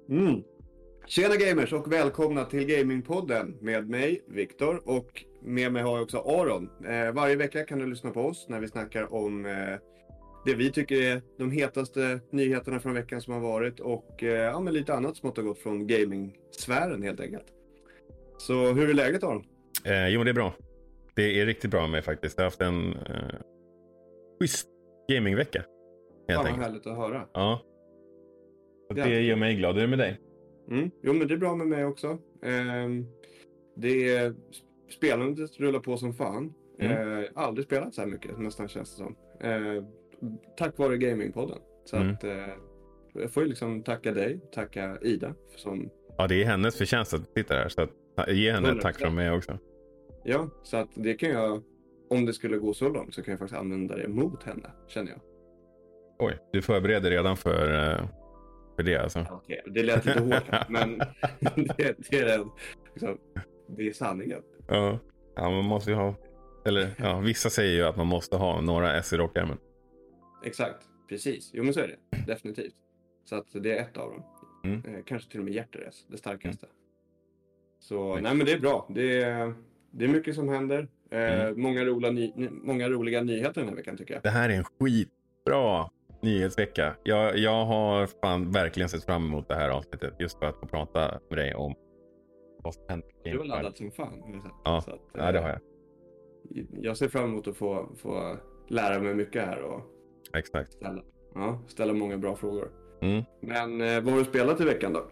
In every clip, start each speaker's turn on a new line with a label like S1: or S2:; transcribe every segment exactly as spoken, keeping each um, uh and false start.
S1: Mm. Tjena gamers och välkomna till Gamingpodden med mig, Viktor, och med mig har jag också Aron. Eh, varje vecka kan du lyssna på oss när vi snackar om eh, det vi tycker är de hetaste nyheterna från veckan som har varit och eh, ja, men lite annat som har gått från gaming-sfären helt enkelt. Så hur är läget, Aron?
S2: Eh, jo, det är bra. Det är riktigt bra med mig faktiskt. Jag har haft en eh, schysst gamingvecka.
S1: Helt enkelt. Härligt att höra.
S2: Ja. Och det, det gör mig glad. Hur är det med dig?
S1: Mm. Jo, men det är bra med mig också. Eh, det är spelandet rullar på som fan. Mm. Eh, aldrig spelat så här mycket, nästan känns det som. Eh, tack vare Gamingpodden. Så
S2: mm.
S1: att eh, jag får ju liksom tacka dig, tacka Ida. Som...
S2: Ja, det är hennes förtjänst att sitta här. Så att, ge henne ett tack från mig också.
S1: Ja, så att det kan jag, om det skulle gå så långt så kan jag faktiskt använda det mot henne, känner jag.
S2: Oj, du förbereder redan för... Uh... För det, alltså.
S1: Okej, det lät lite hårt, men det, det, är en, liksom, det är sanningen.
S2: Ja. Ja, man måste ju ha... Eller, ja, vissa säger ju att man måste ha några S i rockärmen.
S1: Exakt, precis. Jo, men så är det. Definitivt. Så att det är ett av dem. Mm. Eh, kanske till och med hjärteres, det starkaste. Mm. Så, nej. nej men det är bra. Det är, det är mycket som händer. Eh, mm. många, roliga ny, många roliga nyheter den här veckan, tycker jag.
S2: Det här är en skitbra nyhetsvecka. Jag, jag har fan verkligen sett fram emot det här avsnittet just för att få prata med dig om vad som händer.
S1: Du har laddat som fan.
S2: Ja,
S1: så att,
S2: ja, det har jag.
S1: Jag ser fram emot att få, få lära mig mycket här och
S2: Exakt.
S1: Ställa, ja, ställa många bra frågor.
S2: Mm.
S1: Men eh, vad har du spelat i veckan då?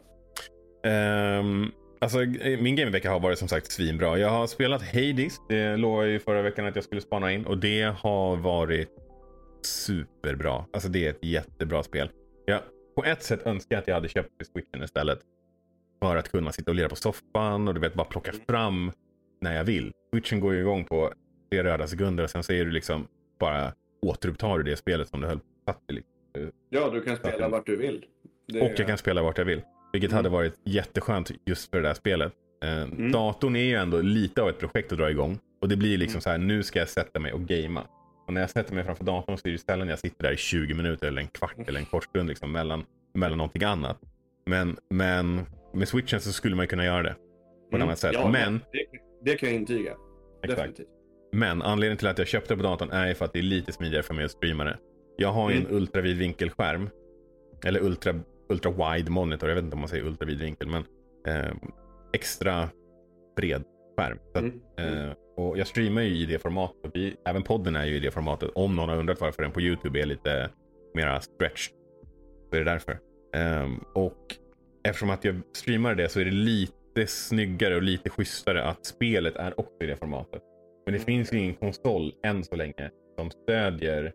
S2: Um, alltså min gamevecka har varit som sagt svinbra. Jag har spelat Hades. Det låg ju förra veckan att jag skulle spana in och det har varit superbra. Alltså det är ett jättebra spel. Jag på ett sätt önskar att jag hade köpt Switchen istället. För att kunna sitta och lira på soffan och du vet bara plocka fram när jag vill. Switchen går ju igång på tre röda sekunder och sen så är du liksom bara återupptar du det spelet som du höll satt i.
S1: Ja, du kan spela vart du vill.
S2: Det och jag kan spela vart jag vill. Vilket mm. hade varit jätteskönt just för det där spelet. Eh, mm. Datorn är ju ändå lite av ett projekt att dra igång. Och det blir liksom mm. så här, nu ska jag sätta mig och gamea. Och när jag sätter mig framför datorn så är det ställen jag sitter där i tjugo minuter eller en kvart eller en kort stund liksom mellan, mellan någonting annat. Men, men med Switchen så skulle man kunna göra det på
S1: mm.
S2: annat sätt.
S1: Ja,
S2: men,
S1: det, det kan jag intyga.
S2: Exakt.
S1: Definitivt.
S2: Men anledningen till att jag köpte det på datorn är för att det är lite smidigare för mig att streama det. Jag har ju mm. en ultravidvinkelskärm. Eller ultra, ultra wide monitor. Jag vet inte om man säger ultravidvinkel. Men eh, extra bred skärm. Så att, mm. eh, och jag streamar ju i det formatet. Vi, även podden är ju i det formatet. Om någon har undrat varför den på YouTube är lite mera stretched. Så är det därför. Eh, och eftersom att jag streamar det så är det lite snyggare och lite schysstare att spelet är också i det formatet. Men det finns ju ingen konsol än så länge som stödjer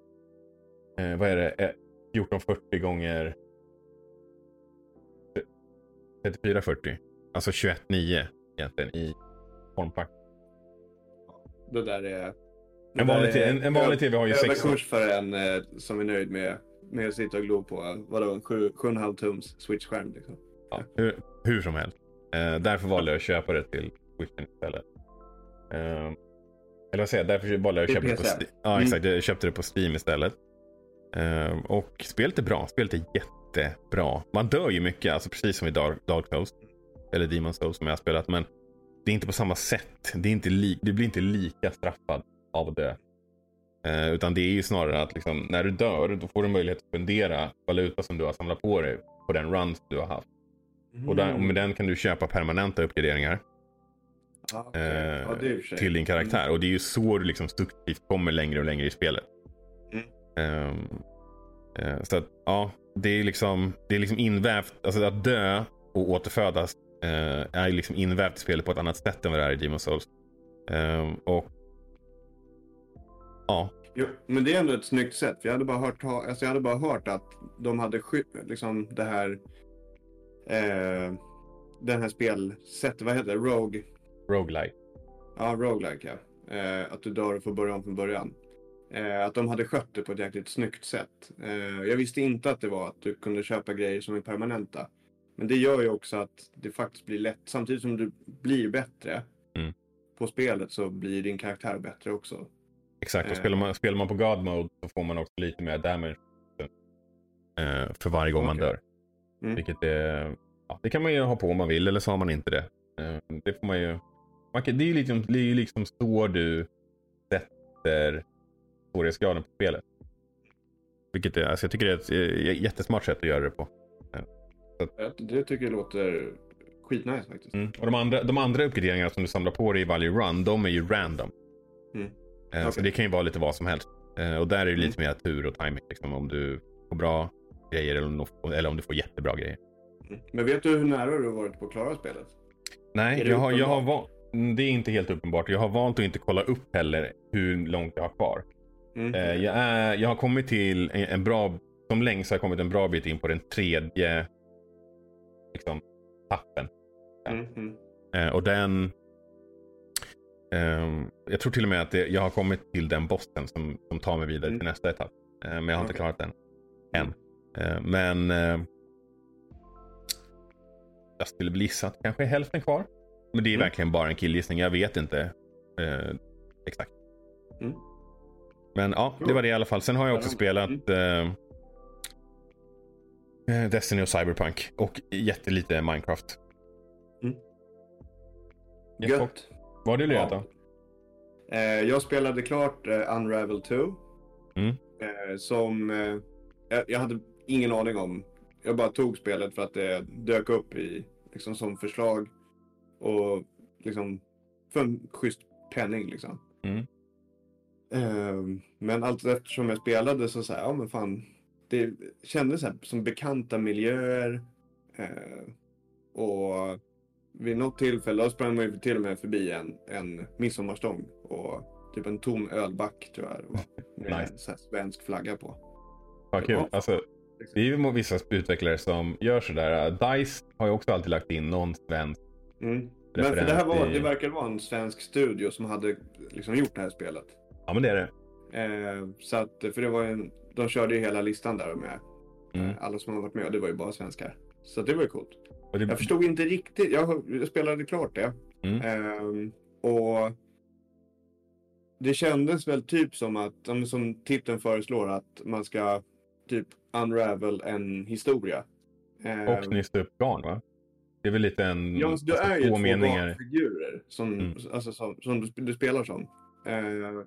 S2: eh, vad är det? fjorton fyrtio gånger trettiofyra fyrtio. Alltså tjugoett nio egentligen i formfaktor.
S1: Det där är...
S2: En vanlig, är, en, en vanlig tv har ju sex...
S1: Överkurs för en eh, som är nöjd med, med att sitta och glo på vadå, en sju komma fem tums Switch-skärm liksom.
S2: Ja, hur, hur som helst. Eh, därför valde jag att köpa det till Switchen istället. Uh, eller vad säger jag, därför valde jag att köpa det på Steam. Ja, exakt, jag köpte det på Steam istället. Uh, och spelet är bra, spelet är jättebra. Man dör ju mycket, alltså precis som i Dark, Dark Souls eller Demon's Souls som jag har spelat, men det är inte på samma sätt. Det är inte li- du blir inte lika straffad av att dö. Uh, utan det är ju snarare att liksom, när du dör, då får du möjlighet att fundera valuta som du har samlat på dig på den runs du har haft. Mm. Och, där, och med den kan du köpa permanenta uppgraderingar.
S1: Ah, okay. eh, ja,
S2: till din karaktär. Mm. Och det är ju så du liksom successivt kommer längre och längre i spelet. Mm. Um, uh, så att ja, det är liksom det är liksom invävt, alltså att dö och återfödas uh, är liksom invävt i spelet på ett annat sätt än vad det är i Demon's Souls. Um, och ja.
S1: Jo, men det är ändå ett snyggt sätt. För jag hade bara hört, alltså jag hade bara hört att de hade sky- liksom det här eh, den här spelsättet, vad heter det? Rogue
S2: Roguelike.
S1: Ja, roguelike, ja. Eh, att du dör och får börja om från början. Eh, att de hade skött det på ett jäkligt snyggt sätt. Eh, jag visste inte att det var att du kunde köpa grejer som är permanenta. Men det gör ju också att det faktiskt blir lätt. Samtidigt som du blir bättre
S2: mm.
S1: på spelet så blir din karaktär bättre också.
S2: Exakt, och eh. spelar, man, spelar man på God Mode så får man också lite mer damage eh, för varje gång okay. man dör. Mm. Vilket är, ja, det kan man ju ha på om man vill, eller så har man inte det. Det får man ju, man kan, det är ju liksom, det är ju liksom så du sätter svårighetsgraden på spelet. Vilket är, alltså jag tycker det är ett jättesmart sätt att göra det på.
S1: Så att, det tycker jag låter skitnice faktiskt.
S2: Mm. Och de andra, de andra uppgraderingarna som du samlar på dig i varje run, de är ju random. Mm. Eh, okay. Så det kan ju vara lite vad som helst. Eh, och där är det mm. lite mer tur och timing. Liksom, om du får bra grejer eller, eller om du får jättebra grejer.
S1: Mm. Men vet du hur nära du har varit på att klara spelet?
S2: Nej, jag har, jag har valt, det är inte helt uppenbart. Jag har valt att inte kolla upp heller hur långt jag har kvar. Mm. Eh, jag, är, jag har kommit till en, en bra, som längst har jag kommit en bra bit in på den tredje liksom, tappen. Mm. Mm. Eh, och den eh, jag tror till och med att det, jag har kommit till den bossen som, som tar mig vidare mm. till nästa etapp. Eh, men jag har okay. inte klarat den än. Eh, men eh, jag skulle bli gissa att kanske är hälften kvar. Men det är mm. verkligen bara en killgissning. Jag vet inte eh, exakt. Mm. Men ja, det var det i alla fall. Sen har jag också spelat eh, Destiny och Cyberpunk. Och jättelite Minecraft.
S1: Mm. Gött.
S2: Vad har du lirat då?
S1: Eh, jag spelade klart eh, Unravel två. Mm. Eh, som eh, jag, jag hade ingen aning om. Jag bara tog spelet för att det dök upp i liksom som förslag. Och liksom för en schysst penning liksom. Mm. Uh, men allt eftersom jag spelade så såhär, ja men fan, det kändes så här, som bekanta miljöer. Uh, och vid något tillfälle då sprang man ju till och med förbi en, en midsommarstång och typ en tom ölback tror jag det var. Med nice. En så här svensk flagga på.
S2: Vad kul, ja, alltså det är ju vissa utvecklare som gör sådär. DICE har ju också alltid lagt in någon svensk.
S1: Mm. Men för det här var, i... det verkar vara en svensk studio som hade liksom gjort det här spelet.
S2: Ja, men det är det.
S1: Eh, så att, för det var en, de körde ju hela listan där med mm. alla som har varit med, och det var ju bara svenskar. Så det var ju coolt. Det... Jag förstod inte riktigt, jag, jag spelade klart det. Mm. Eh, och det kändes väl typ som att, som titeln föreslår, att man ska typ unravel en historia.
S2: Eh, och nysta upp garn, va? Det är väl lite en...
S1: Ja, du alltså, är ju två meningar. Figurer som, mm. alltså, som, som du, du spelar som. Eh,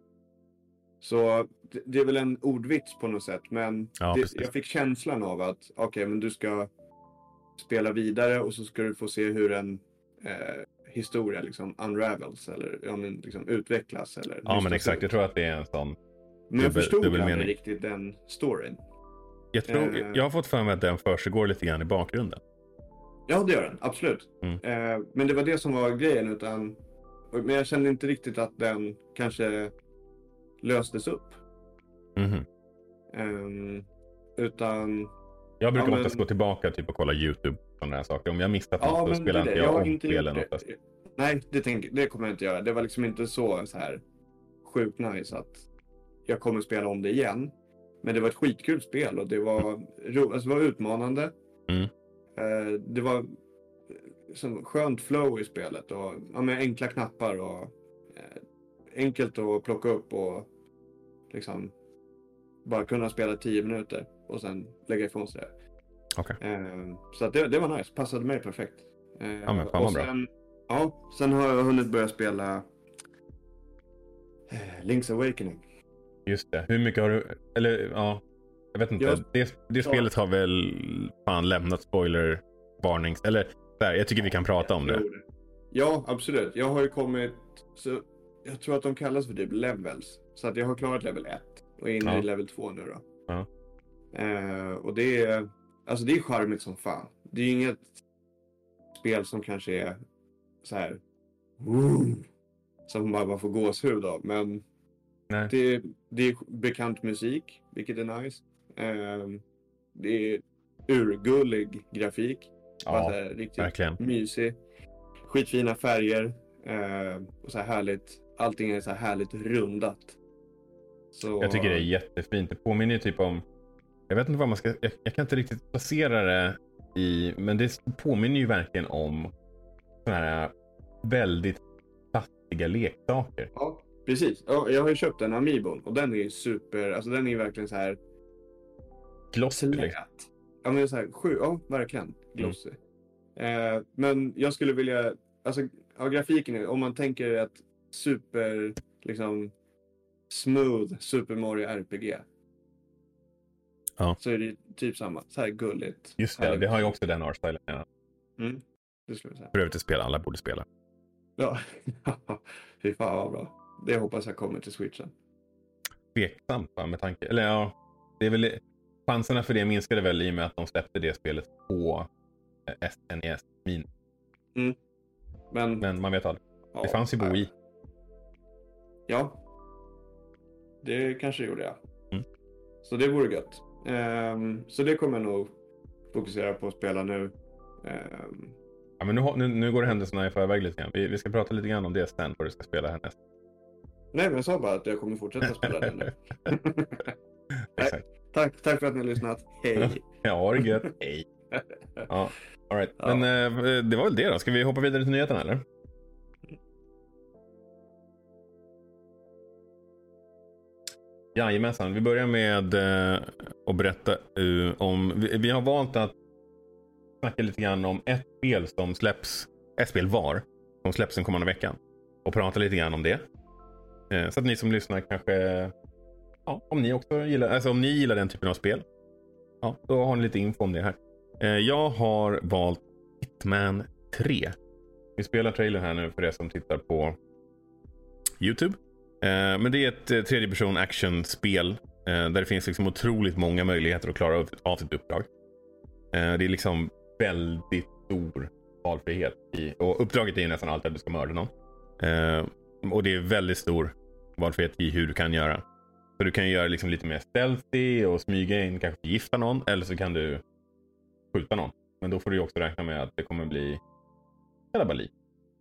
S1: så det, det är väl en ordvits på något sätt. Men
S2: ja,
S1: det, jag fick känslan av att okej, okay, men du ska spela vidare och så ska du få se hur en eh, historia liksom unravels eller ja, men, liksom, utvecklas. Eller
S2: ja, men exakt. Ut. Jag tror att det är en sån...
S1: Men jag förstod aldrig riktigt den storyn.
S2: Jag, tror, eh, jag har fått för mig att den försiggår lite grann i bakgrunden.
S1: Ja, det gör den. Absolut. Mm. Eh, men det var det som var grejen. Utan, men jag kände inte riktigt att den kanske löstes upp. Mm. Eh, utan...
S2: Jag brukar
S1: ja,
S2: oftast
S1: men...
S2: gå tillbaka typ, och kolla YouTube och sådana här saker. Om jag missat
S1: ja,
S2: något så spelar inte jag, jag om spelen
S1: oftast. Nej, det, tänk, det kommer jag inte göra. Det var liksom inte så, så här sjukt nice att jag kommer spela om det igen. Men det var ett skitkul spel och det var, alltså, det var utmanande. Mm. Uh, det var som skönt flow i spelet och ja, med enkla knappar och uh, enkelt att plocka upp och liksom bara kunna spela tio minuter och sen lägga ifrån sig det.
S2: Okay.
S1: Uh, så att det, det var nice, passade mig perfekt. Uh,
S2: ja, men fan vad bra.
S1: Sen, ja, sen har jag hunnit börja spela uh, Link's Awakening.
S2: Just det. Hur mycket har du... Eller, ja... Jag vet inte. Jag, det det spelet har väl fan lämnat spoiler-varnings... Eller, där, jag tycker vi kan prata om det. det.
S1: Ja, absolut. Jag har ju kommit... Så, jag tror att de kallas för typ levels. Så att jag har klarat level ett. Och är inne ja. i level två nu då. Ja. Uh, och det är... Alltså det är charmigt som fan. Det är inget spel som kanske är så här... Uh, som man bara får gåshud av. Men... Nej. Det, det är bekant musik, vilket är nice. Um, det är urgullig grafik.
S2: Ja,
S1: alltså, riktigt
S2: verkligen.
S1: Mysig. Skitfina färger. Uh, och så här härligt. Allting är så här härligt rundat. Så...
S2: Jag tycker det är jättefint. Det påminner typ om... Jag vet inte vad man ska... Jag, jag kan inte riktigt placera det i... Men det påminner ju verkligen om såna här väldigt plastiga leksaker.
S1: Ja. Precis. Ja, jag har ju köpt en Amiibon och den är super, alltså den är verkligen så här
S2: glossy.
S1: Slät. ja men så här, sju, ja verkligen glossy. Mm. Eh, men jag skulle vilja, alltså ja, grafiken är, om man tänker ett super, liksom smooth Super Mario R P G.
S2: Ja.
S1: Så är det typ samma, så här gulligt.
S2: Just det, det har ju också den artstylen. Ja.
S1: Mm, det skulle jag säga.
S2: För övrigt att spela, alla borde spela.
S1: Ja, fy fan vad bra. Det hoppas jag kommer till Switchen.
S2: Tveksamt va, med tanke, eller ja, det är väl, chanserna för det minskade väl i och med att de släppte det spelet på S N E S Mini.
S1: Mm. Men,
S2: Men man vet aldrig.
S1: Ja,
S2: det fanns ju på Wii.
S1: Ja. Det kanske gjorde jag.
S2: Mm.
S1: Så det vore gött. Um, så det kommer jag nog fokusera på att spela nu. Um,
S2: Ja, men nu, nu, nu går det händelserna i förväg lite grann. Vi, vi ska prata lite grann om det sen, vad du ska spela härnäst.
S1: Nej, men jag sa bara att jag kommer fortsätta spela det nu.
S2: Exakt.
S1: Tack, tack för att ni har lyssnat. Hej.
S2: Ja, har det gött. Hej. Ja, all right. Ja. Men eh, det var väl det då. Ska vi hoppa vidare till nyheterna eller? Jajamensan, vi börjar med eh, att berätta uh, om, vi, vi har valt att snacka lite grann om ett spel som släpps, ett spel var, som släpps den kommande veckan. Och prata lite grann om det. Eh, så att ni som lyssnar kanske, ja, om ni också gillar, alltså om ni gillar den typen av spel, ja, då har ni lite info om det här. Eh, jag har valt Hitman tre. Vi spelar trailern här nu för er som tittar på YouTube. Eh, men det är ett eh, tredje person actionspel eh, där det finns liksom otroligt många möjligheter att klara av sitt uppdrag. Eh, det är liksom väldigt stor valfrihet i, och uppdraget är ju nästan alltid att du ska mörda någon. Eh, och det är väldigt stor valfrihet i hur du kan göra. Så du kan göra liksom lite mer stealthy och smyga in, kanske förgifta någon, eller så kan du skjuta någon. Men då får du ju också räkna med att det kommer bli kalabalik.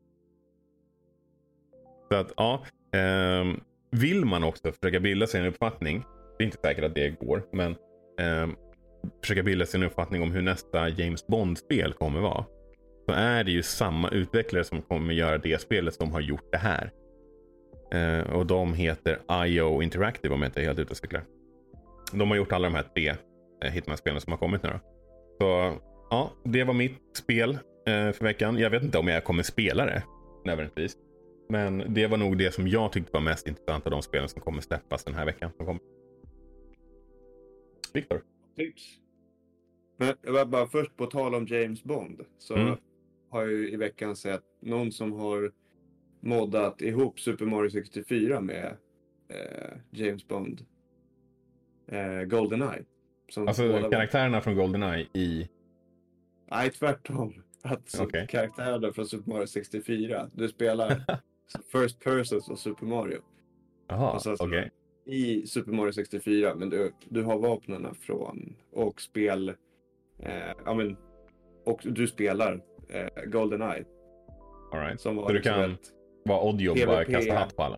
S2: Så att ja, eh, vill man också försöka bilda sig en uppfattning, det är inte säkert att det går, men eh, försöka bilda sig en uppfattning om hur nästa James Bond-spel kommer vara, så är det ju samma utvecklare som kommer göra det spelet som har gjort det här. Eh, och de heter I O Interactive, om jag inte är helt ute och cyklar. De har gjort alla de här tre eh, Hitman-spelen som har kommit nu då. Så ja, det var mitt spel eh, för veckan. Jag vet inte om jag kommer spela det nödvändigtvis. Men det var nog det som jag tyckte var mest intressant av de spelen som kommer släppas den här veckan som kommer. Victor?
S1: Tips. Men jag var bara först på tal om James Bond. Så mm. har jag ju i veckan sett någon som har moddat ihop Super Mario sextiofyra med eh, James Bond. Eh, GoldenEye. Som
S2: alltså karaktärerna var... från GoldenEye i...
S1: Nej, tvärtom. Att okay. Karaktärerna från Super Mario sextiofyra. Du spelar First Person och Super Mario.
S2: Jaha, okej. Okay.
S1: I Super Mario sextiofyra, men du, du har vapnarna från och spel... Eh, ja, men, och du spelar eh, GoldenEye.
S2: All right.
S1: Som var
S2: så du kan ett... vara oddjobb och bara kasta hatt på alla?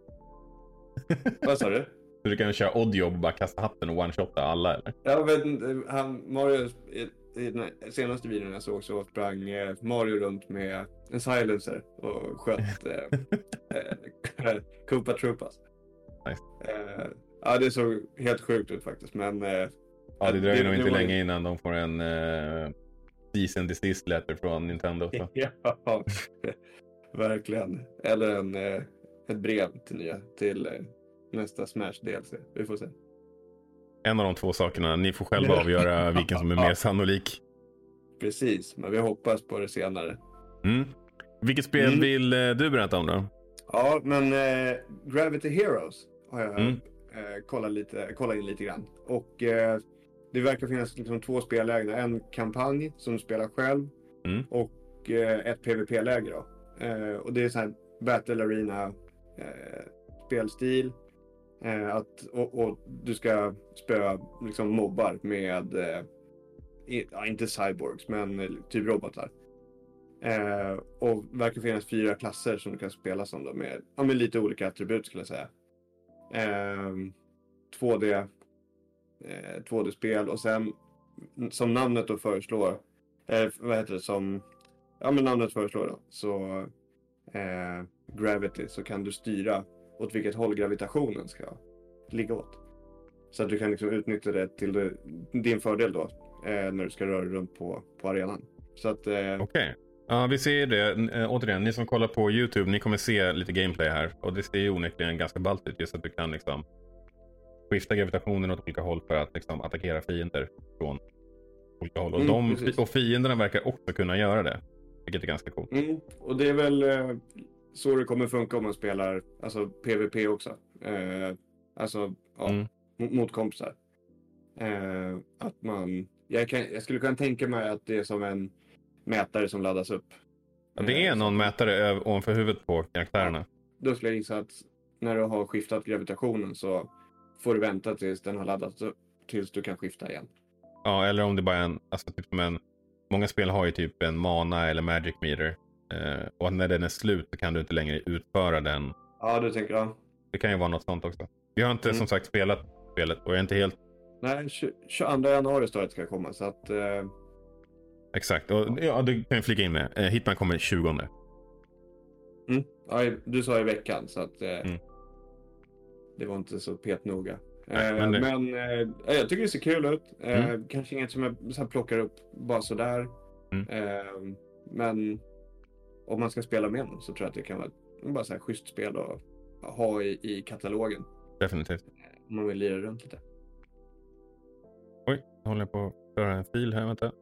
S1: Vad sa du?
S2: Så du kan köra oddjobb och bara kasta hatten och one-shotta alla, eller?
S1: Ja, men han, Mario, i, i den senaste videon jag såg så sprang eh, Mario runt med en silencer och sköt eh, eh, Koopa Troopas.
S2: Nice.
S1: Eh, ja, det såg helt sjukt ut faktiskt, men... Eh,
S2: ja, det dröjer nog inte länge ju... innan de får en eh, cease and desist letter från Nintendo. Så.
S1: Ja, verkligen. Eller en, eh, ett brev till nya, till... Eh, nästa Smash D L C. Vi får se.
S2: En av de två sakerna. Ni får själva avgöra vilken som är mer sannolik.
S1: Precis, men vi hoppas på det senare.
S2: Mm. Vilket spel mm. vill eh, du berätta om då?
S1: Ja, men eh, Gravity Heroes har jag
S2: mm.
S1: eh, kollat, lite, kollat in lite grann. Och eh, det verkar finnas liksom två spellägen. En kampanj som du spelar själv
S2: mm.
S1: och eh, ett PvP-läge då. Eh, och det är så här Battle Arena eh, spelstil. Eh, att, och, och du ska spöa liksom mobbar med eh, ja, inte cyborgs men eh, typ robotar. Eh, och verkar finnas fyra klasser som du kan spela som då med, ja, med lite olika attribut skulle jag säga. Eh, två D eh, två D-spel och sen som namnet då föreslår eh, vad heter det som ja men namnet föreslår då så eh, Gravity, så kan du styra åt vilket håll gravitationen ska ligga åt. Så att du kan liksom utnyttja det till det, din fördel då. eh, när du ska röra runt på, på arenan. Så att... Eh...
S2: Okej. Okay. Ja, vi ser det. Äh, återigen, ni som kollar på YouTube, ni kommer se lite gameplay här. Och det ser ju onekligen ganska ballt ut. Just att du kan liksom skifta gravitationen åt olika håll för att liksom attackera fiender från olika håll. Och,
S1: mm,
S2: de, och fienderna verkar också kunna göra det. Vilket är ganska coolt.
S1: Mm, och det är väl eh, så det kommer funka om man spelar alltså PvP också. Eh, alltså ja,
S2: mm.
S1: mot, mot kompisar. Eh, att man... Jag, kan, jag skulle kunna tänka mig att det är som en mätare som laddas upp.
S2: Ja, det är någon mätare ovanför huvudet på karaktärerna. Ja,
S1: då skulle jag gissa att när du har skiftat gravitationen så får du vänta tills den har laddats upp. Tills du kan skifta igen.
S2: Ja, eller om det bara är en... Alltså typ som en många spel har ju typ en mana eller magic meter. Eh, och när den är slut så kan du inte längre utföra den.
S1: Ja, du tänker jag.
S2: Det kan ju vara något sånt också. Vi har inte mm. som sagt spelat spelet och jag är inte helt...
S1: Nej, tjugoandra januari står det ska komma så att... Eh...
S2: Exakt, och ja, du kan ju flika in med. Eh, Hitman kommer tjugonde.
S1: Mm. Ja, du sa i veckan så att eh,
S2: mm.
S1: det var inte så petnoga.
S2: Nej,
S1: eh,
S2: men det...
S1: men eh, jag tycker det ser kul ut. Eh,
S2: mm.
S1: Kanske inget som jag så här plockar upp bara sådär.
S2: Mm.
S1: Eh, men om man ska spela med dem så tror jag att det kan vara bara så här schysst spel att ha i, i katalogen.
S2: Definitivt.
S1: Om man vill lira runt lite.
S2: Oj, jag håller på att köra en fil här, vänta.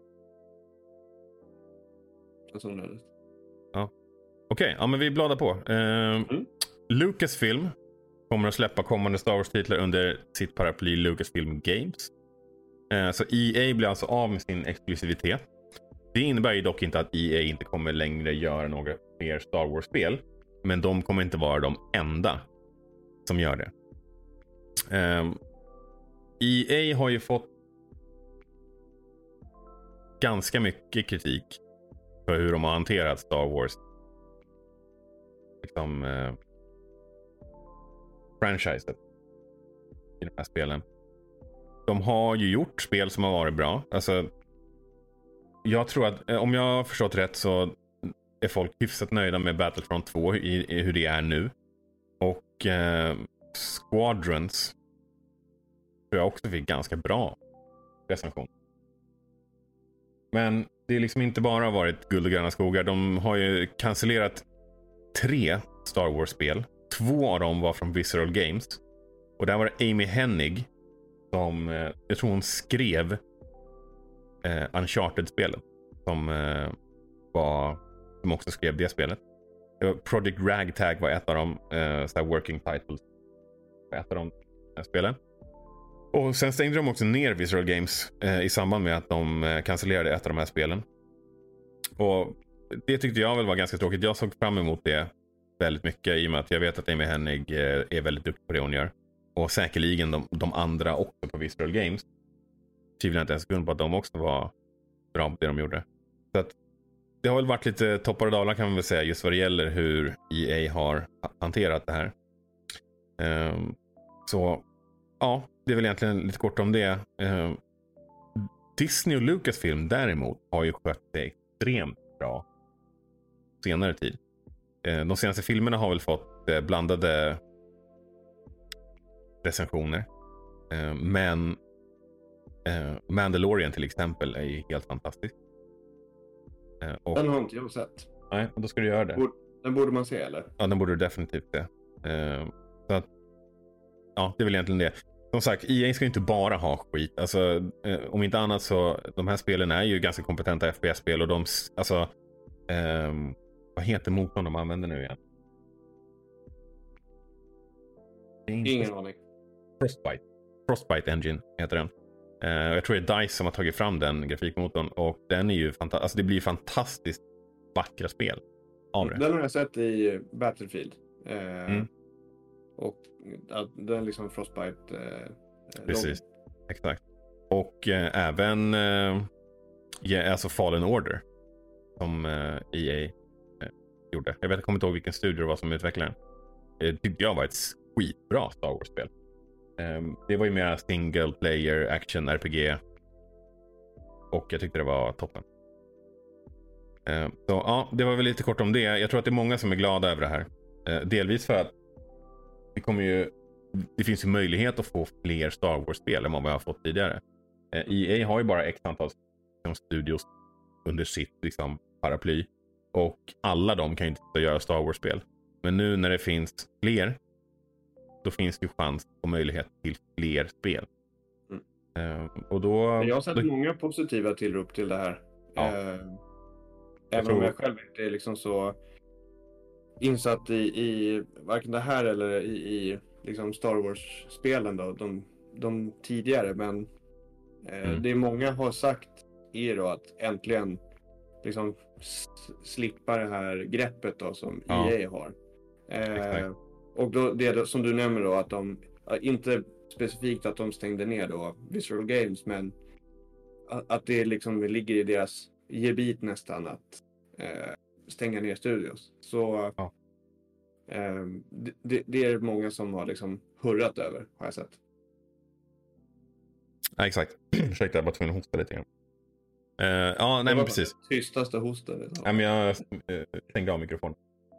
S1: Och så nödigt.
S2: Ja. Okej, okay, ja men vi bladar på. Eh,
S1: mm.
S2: Lucasfilm kommer att släppa kommande Star Wars-titlar under sitt paraply Lucasfilm Games. Eh, så E A blir alltså av med sin exklusivitet. Det innebär ju dock inte att E A inte kommer längre göra några fler Star Wars-spel. Men de kommer inte vara de enda som gör det. Eh, E A har ju fått ganska mycket kritik för hur de har hanterat Star Wars. Liksom eh, franchiset i de här spelen. De har ju gjort spel som har varit bra. Alltså, jag tror att eh, om jag har förstått rätt så är folk hyfsat nöjda med Battlefront två i, i hur det är nu. Och eh, Squadrons tror jag också fick ganska bra recension. Men det är liksom inte bara varit guld och gröna skogar. De har ju cancellerat tre Star Wars-spel. Två av dem var från Visceral Games. Och där var det Amy Hennig som, eh, jag tror hon skrev eh, Uncharted-spelet. Som eh, var, som också skrev det spelet. Det var Project Ragtag var ett av dem, eh, så working titles. Ett av de eh, spelen. Och sen stängde de också ner Visceral Games eh, i samband med att de eh, cancellerade ett av de här spelen. Och det tyckte jag väl var ganska tråkigt. Jag såg fram emot det väldigt mycket i och med att jag vet att Amy Hennig eh, är väldigt duktig på det hon gör. Och säkerligen de, de andra också på Visceral Games. Tvivlar inte en sekund på att de också var bra på det de gjorde. Så att det har väl varit lite toppar och dalar kan man väl säga just vad det gäller hur E A har hanterat det här. Um, så ja, det är väl egentligen lite kort om det. Uh, Disney och Lucasfilm däremot har ju skött det extremt bra senare tid. Uh, de senaste filmerna har väl fått uh, blandade recensioner. Uh, men uh, Mandalorian till exempel är ju helt fantastisk. Uh, och...
S1: Den har inte jag sett.
S2: Nej, då ska du göra det.
S1: Borde, den borde man se eller?
S2: Ja, den borde du definitivt se. Uh, så att, ja, det är väl egentligen det. Som sagt, E A ska inte bara ha skit. Alltså, eh, om inte annat så, de här spelen är ju ganska kompetenta F P S-spel och de, alltså, eh, vad heter motorn de använder nu igen?
S1: Ingen aning.
S2: Frostbite. Frostbite Engine heter den. Eh, jag tror det är DICE som har tagit fram den grafikmotorn och den är ju fantastisk. Alltså det blir fantastiskt vackra spel av det.
S1: Den har jag sett i Battlefield. Eh,
S2: mm.
S1: Och den liksom Frostbite. Eh,
S2: Precis, lång. Exakt. Och eh, även eh, ja, alltså Fallen Order som eh, E A eh, gjorde. Jag vet jag kommer inte ihåg vilken studio det var som utvecklade den. Det tyckte jag var ett skitbra Star Wars-spel. Eh, det var ju mer single player action R P G. Och jag tyckte det var toppen. Eh, så ja, det var väl lite kort om det. Jag tror att det är många som är glada över det här. Eh, delvis för att det kommer ju, det finns ju möjlighet att få fler Star Wars-spel än vad vi har fått tidigare. Eh, E A har ju bara x antal liksom, studios under sitt liksom, paraply. Och alla de kan ju inte göra Star Wars-spel. Men nu när det finns fler, då finns det ju chans och möjlighet till fler spel. Mm. Uh, och då,
S1: jag har sett
S2: då...
S1: många positiva tillrop till det här.
S2: Ja.
S1: Uh, även tror... om jag själv inte är liksom så insatt i, i varken det här eller i, i liksom Star Wars-spelen då, de, de tidigare. Men uh, mm. det många har sagt är då att äntligen liksom slippa det här greppet då som ja. E A har. Eh, och då, det som du nämner då att de, inte specifikt att de stängde ner då Visual Games, men att, att det liksom ligger i deras gebit nästan att eh, stänga ner studios. Så ja. eh, det, det är många som har liksom hurrat över, har jag sett.
S2: Ja, exakt. Ursäkta, jag bara tvungen att hosta lite grann. Uh, ja, nej men precis.
S1: Tystaste hosten.
S2: Ja, men jag uh, stängde av mikrofonen.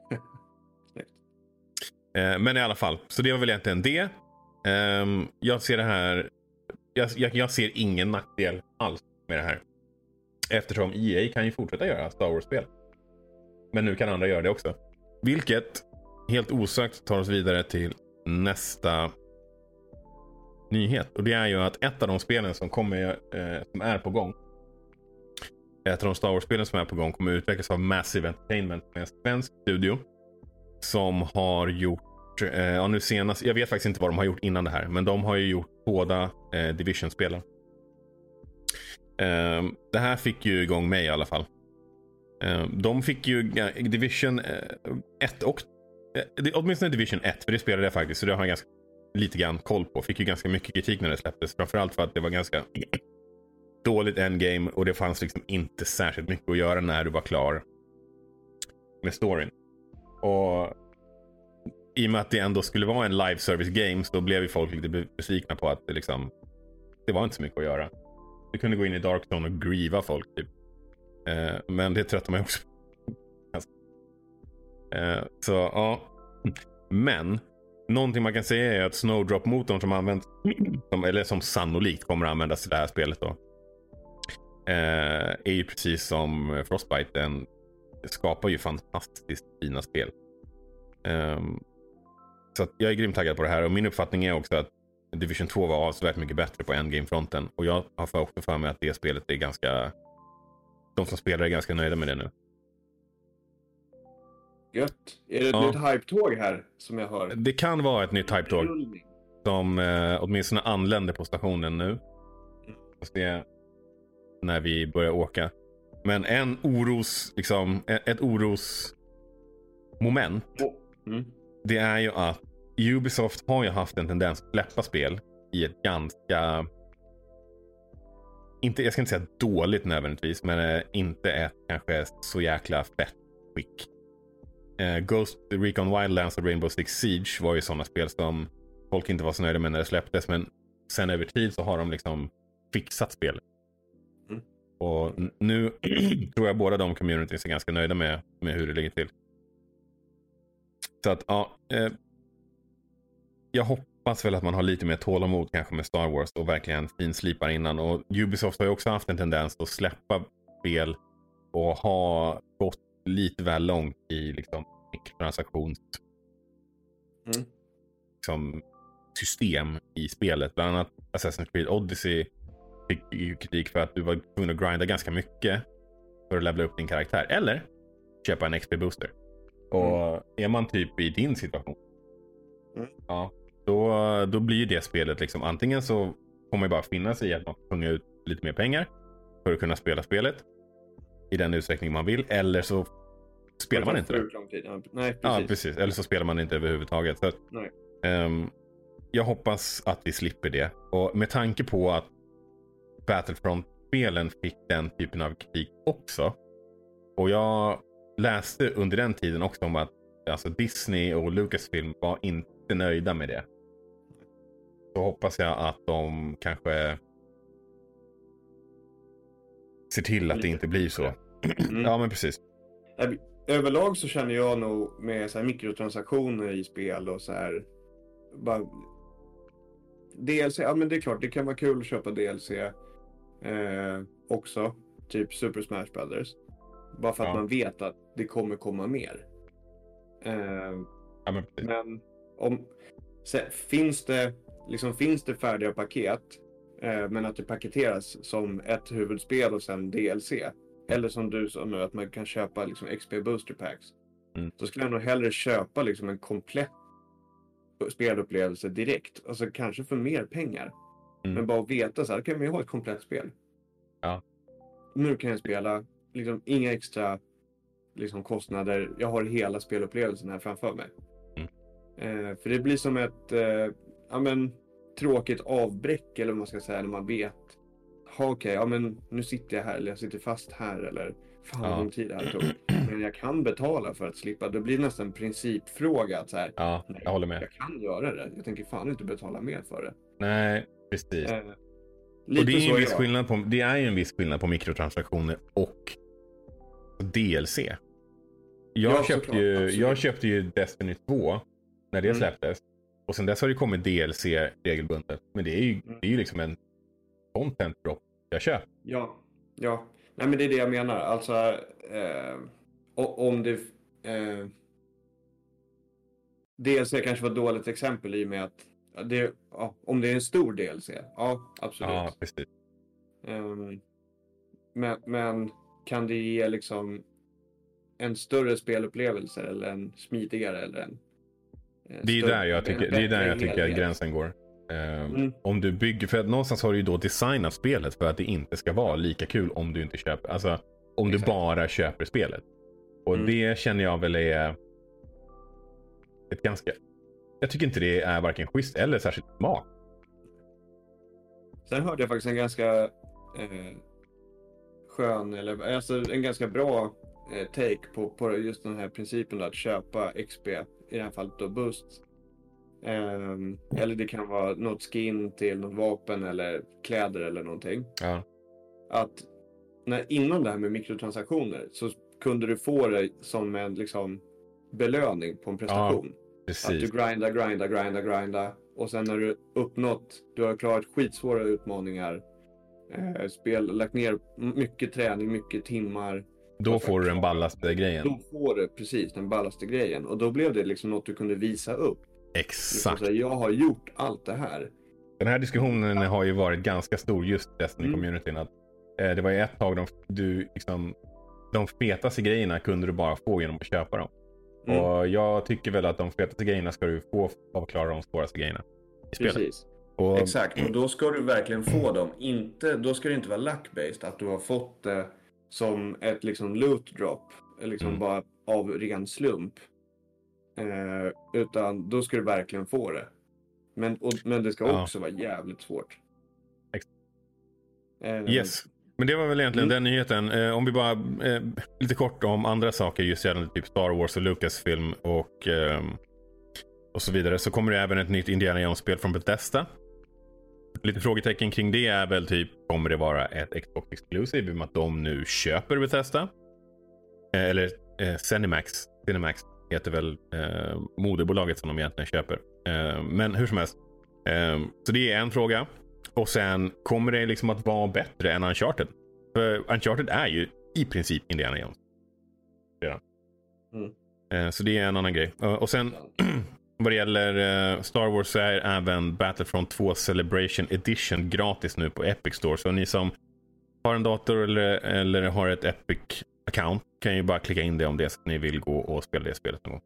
S2: uh, men i alla fall, så det var väl egentligen det. Um, jag ser det här, jag, jag, jag ser ingen nackdel alls med det här. Eftersom E A kan ju fortsätta göra Star Wars-spel. Men nu kan andra göra det också. Vilket helt osökt tar oss vidare till nästa nyhet. Och det är ju att ett av de spelen som kommer, uh, som är på gång, ett av de Star Wars-spelen som är på gång kommer utvecklas av Massive Entertainment, en svensk studio som har gjort, eh, ja nu senast, jag vet faktiskt inte vad de har gjort innan det här, men de har ju gjort båda eh, Division-spelen. Eh, det här fick ju igång mig i alla fall. Eh, de fick ju Division ett och, eh, åtminstone Division ett, för det spelade jag faktiskt, så det har jag ganska lite grann koll på. Fick ju ganska mycket kritik när det släpptes, framförallt för att det var ganska dåligt endgame och det fanns liksom inte särskilt mycket att göra när du var klar med storyn. Och i och med att det ändå skulle vara en live service game så blev ju folk lite besvikna på att det liksom, det var inte så mycket att göra. Du kunde gå in i Dark Zone och grieva folk typ. Eh, men det tröttar mig också. eh, så ja. Men någonting man kan säga är att Snowdrop-motorn som används som, eller som sannolikt kommer att användas i det här spelet då, Uh, är ju precis som Frostbite, den skapar ju fantastiskt fina spel. Um, så att jag är grymt taggad på det här, och min uppfattning är också att Division två var avsevärt mycket bättre på endgame-fronten, och jag har för också för mig att det spelet är ganska, de som spelar är ganska nöjda med det nu.
S1: Gött. Är det ett ja. nytt hype-tåg här som jag hör?
S2: Det kan vara ett nytt hype-tåg som uh, åtminstone anländer på stationen nu. Fast det när vi börjar åka. Men en oros, liksom, ett oros moment, mm. det är ju att Ubisoft har ju haft en tendens att släppa spel i ett ganska, inte, jag ska inte säga dåligt nödvändigtvis, men inte ett kanske så jäkla fett skick. Uh, Ghost Recon Wildlands och Rainbow Six Siege var ju sådana spel som folk inte var så nöjda med när det släpptes, men sen över tid så har de liksom fixat spelet. Och nu tror jag båda de communities är ganska nöjda med, med hur det ligger till. Så att ja, eh, jag hoppas väl att man har lite mer tålamod kanske med Star Wars och verkligen finslipar innan. Och Ubisoft har ju också haft en tendens att släppa spel och ha gått lite väl långt i liksom transaktions mm. liksom, system i spelet. Bland annat Assassin's Creed Odyssey fick ju kritik för att du var tvungen att grinda ganska mycket för att levela upp din karaktär. Eller köpa en X P-booster. Och mm. är man typ i din situation, mm. ja, då, då blir det spelet liksom, antingen så kommer man bara finna sig i att man får punga ut lite mer pengar för att kunna spela spelet i den utsträckning man vill, eller så spelar man inte det.
S1: Ja, nej, precis.
S2: Ja, precis. Eller så spelar man inte överhuvudtaget. Så att, um, jag hoppas att vi slipper det. Och med tanke på att Battlefront-spelen fick den typen av kritik också. Och jag läste under den tiden också om att alltså Disney och Lucasfilm var inte nöjda med det. Så hoppas jag att de kanske ser till att det inte blir så. Mm. Ja, men precis.
S1: Överlag så känner jag nog med så här mikrotransaktioner i spel och så här bara D L C, ja men det är klart det kan vara kul att köpa D L C eh, också. Typ Super Smash Brothers. Bara för att
S2: Ja.
S1: man vet att det kommer komma mer. Eh,
S2: Ja, men precis.
S1: men om, så, finns, det, liksom, finns det färdiga paket eh, men att det paketeras som ett huvudspel och sen D L C. Eller som du sa nu, att man kan köpa liksom, X P Booster Packs.
S2: Mm.
S1: Då skulle jag nog hellre köpa liksom, en komplett spelupplevelse direkt. Alltså kanske för mer pengar.
S2: Mm.
S1: Men bara att veta så här, kan jag ha ett komplett spel.
S2: Ja.
S1: Nu kan jag spela, liksom inga extra liksom, kostnader. Jag har hela spelupplevelsen här framför mig.
S2: Mm.
S1: Eh, för det blir som ett eh, ja, men, tråkigt avbräck eller vad man ska säga när man vet. Ha, okej, okay, ja men nu sitter jag här eller jag sitter fast här eller fan vad
S2: Ja.
S1: lång tid det här tog. Men jag kan betala för att slippa. Det blir nästan en principfråga att så här.
S2: Ja,
S1: Nej,
S2: jag håller med.
S1: Jag kan göra det. Jag tänker fan inte betala mer för det.
S2: Nej, precis.
S1: Eh,
S2: och det är,
S1: så
S2: en viss
S1: jag.
S2: skillnad på, det är ju en viss skillnad på mikrotransaktioner och D L C. Jag,
S1: Ja,
S2: köpte,
S1: såklart,
S2: ju,
S1: absolut.
S2: jag köpte ju Destiny två när det
S1: Mm.
S2: släpptes. Och sen dess har det kommit D L C regelbundet. Men det är ju,
S1: Mm.
S2: det är ju liksom en content drop jag köper.
S1: Ja, ja. Nej men det är det jag menar. Alltså, eh, o- om det... Eh, D L C kanske var ett dåligt exempel i och med att ja, det, ja, om det är en stor D L C, ja absolut.
S2: Ja, precis.
S1: Ehm, men, men kan det ge liksom en större spelupplevelse eller en smidigare eller en... en
S2: Det är
S1: större-
S2: där jag
S1: en
S2: tycker, det är där
S1: bättre
S2: jag tycker att
S1: helhet?
S2: gränsen går. Eh,
S1: Mm.
S2: Om du bygger, för att någonstans har du ju då designat spelet för att det inte ska vara lika kul om du inte köper, alltså om
S1: Exakt.
S2: du bara köper spelet. Och
S1: Mm.
S2: det känner jag väl är ett ganska, jag tycker inte det är varken schysst eller särskilt smart.
S1: Sen hörde jag faktiskt en ganska eh, skön, eller alltså en ganska bra eh, take på, på just den här principen då, att köpa X P, i det här fallet då Boost. Ehm, eller det kan vara något skin till något vapen eller kläder eller någonting.
S2: Ja,
S1: Att när, innan det här med mikrotransaktioner så kunde du få det som en liksom, belöning på en prestation. Att
S2: precis.
S1: du grindar, grindar, grindar, grindar. Och sen när du uppnått, du har klarat skitsvåra utmaningar. Eh, spel, lagt ner mycket träning, mycket timmar.
S2: Då får du den ballaste grejen.
S1: Då får du precis den ballaste grejen. Och då blev det liksom något du kunde visa upp.
S2: Exakt.
S1: Liksom, jag har gjort allt det här.
S2: Den här diskussionen har ju varit ganska stor just i Destiny-communityn. Att, eh, det var ju ett tag de, du, liksom, de fetaste grejerna kunde du bara få genom att köpa dem.
S1: Mm.
S2: Och jag tycker väl att de fetaste grejerna ska du få av att klara de svåraste grejerna i spelet.
S1: Precis.
S2: Och,
S1: Exakt, och då ska du verkligen få dem. Inte, då ska det inte vara luck-based, att du har fått det som ett liksom loot drop. Liksom
S2: Mm.
S1: bara av ren slump. Eh, utan då ska du verkligen få det. Men, och, men det ska
S2: Ja.
S1: också vara jävligt svårt.
S2: Ex-
S1: Eh,
S2: Yes. Men det var väl egentligen
S1: Mm.
S2: den nyheten. Eh, om vi bara eh, lite kort om andra saker just gällande typ Star Wars och Lucasfilm och, eh, och så vidare. Så kommer det även ett nytt Indiana Jones-spel från Bethesda. Lite frågetecken kring det är väl typ, kommer det vara ett Xbox Exclusive i och med att de nu köper Bethesda? Eh, eller eh, Cinemax. Cinemax heter väl eh, moderbolaget som de egentligen köper. Eh, men hur som helst. Eh, så det är en fråga. Och sen kommer det liksom att vara bättre än Uncharted. För Uncharted är ju i princip Indiana Jones. Redan.
S1: Mm.
S2: Eh, så det är en annan grej. Eh, och sen vad det gäller eh, Star Wars så är även Battlefront två Celebration Edition gratis nu på Epic Store. Så ni som har en dator eller, eller har ett Epic account kan ju bara klicka in det om det så att ni vill gå och spela det spelet någon gång.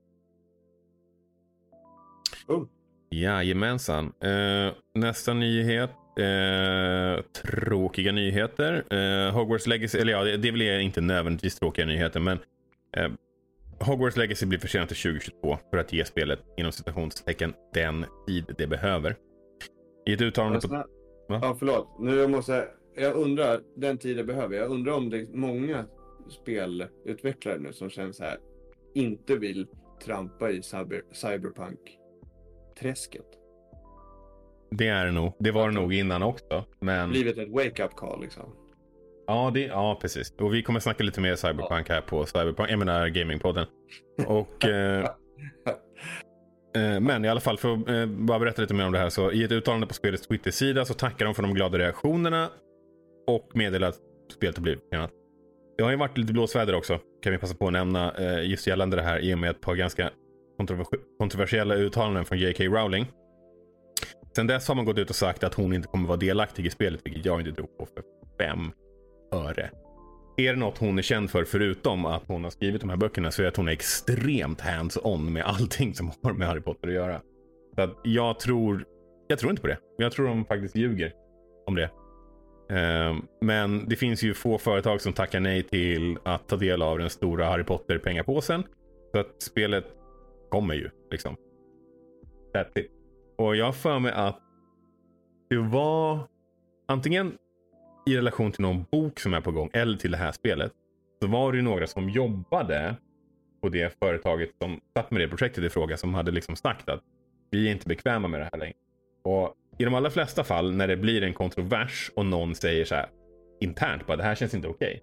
S1: Oh.
S2: Jajamensan. Eh, nästa nyhet. Eh, tråkiga nyheter. Eh, Hogwarts Legacy, eller ja, det, det blir inte nödvändigtvis tråkiga nyheter, men eh, Hogwarts Legacy blir försenat till tjugo tjugotvå för att ge spelet inom citationstecken den tid det behöver. I ett uttalande på...
S1: Snä...
S2: Va?
S1: Ja, förlåt. Nu jag måste jag undrar, den tid det behöver. Jag undrar om det är många spelutvecklare nu som känner så här, inte vill trampa i cyber, cyberpunk-träsket.
S2: Det är det nog. Det var det nog innan också. Men...
S1: Blivit ett wake-up call liksom.
S2: Ja, det, ja, precis. Och vi kommer snacka lite mer Cyberpunk här på Cyberpunk, jag menar Gamingpodden. Och, eh, eh, men i alla fall, för att eh, bara berätta lite mer om det här. Så i ett uttalande på spelets Twitter-sida så tackar de för de glada reaktionerna. och meddelat att spelet har blivit försenat. Det har ju varit lite blåsväder också, kan vi passa på att nämna, just gällande det här i och med ett par ganska kontrovers- kontroversiella uttalanden från J K Rowling. Sen dess har man gått ut och sagt att hon inte kommer vara delaktig i spelet, vilket jag inte tror på för fem öre. Är det något hon är känd för, förutom att hon har skrivit de här böckerna, så är det att hon är extremt hands-on med allting som har med Harry Potter att göra. Så att jag tror jag tror inte på det. Jag tror de faktiskt ljuger om det. Um, men det finns ju få företag som tackar nej till att ta del av den stora Harry Potter-pengapåsen. Så att spelet kommer ju liksom. That's it. Och jag har för mig att det var antingen i relation till någon bok som är på gång eller till det här spelet, så var det ju några som jobbade på det företaget som satt med det projektet i fråga, som hade liksom sagt att vi är inte bekväma med det här längre. Och i de allra flesta fall när det blir en kontrovers och någon säger så här internt bara det här känns inte okej,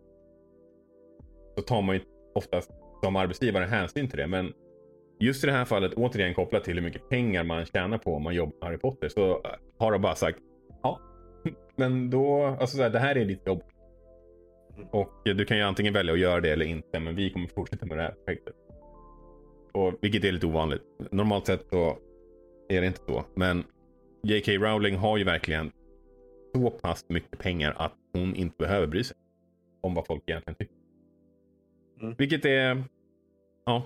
S2: så tar man ju oftast som arbetsgivare hänsyn till det. Men just i det här fallet, återigen kopplat till hur mycket pengar man tjänar på om man jobbar med Harry Potter, så har de bara sagt ja, men då, alltså så här, det här är ditt jobb. Och du kan ju antingen välja att göra det eller inte, men vi kommer fortsätta med det här projektet. Och, vilket är lite ovanligt. Normalt sett så är det inte så. Men J K Rowling har ju verkligen så pass mycket pengar att hon inte behöver bry sig om vad folk egentligen tycker. Mm. Vilket är, ja,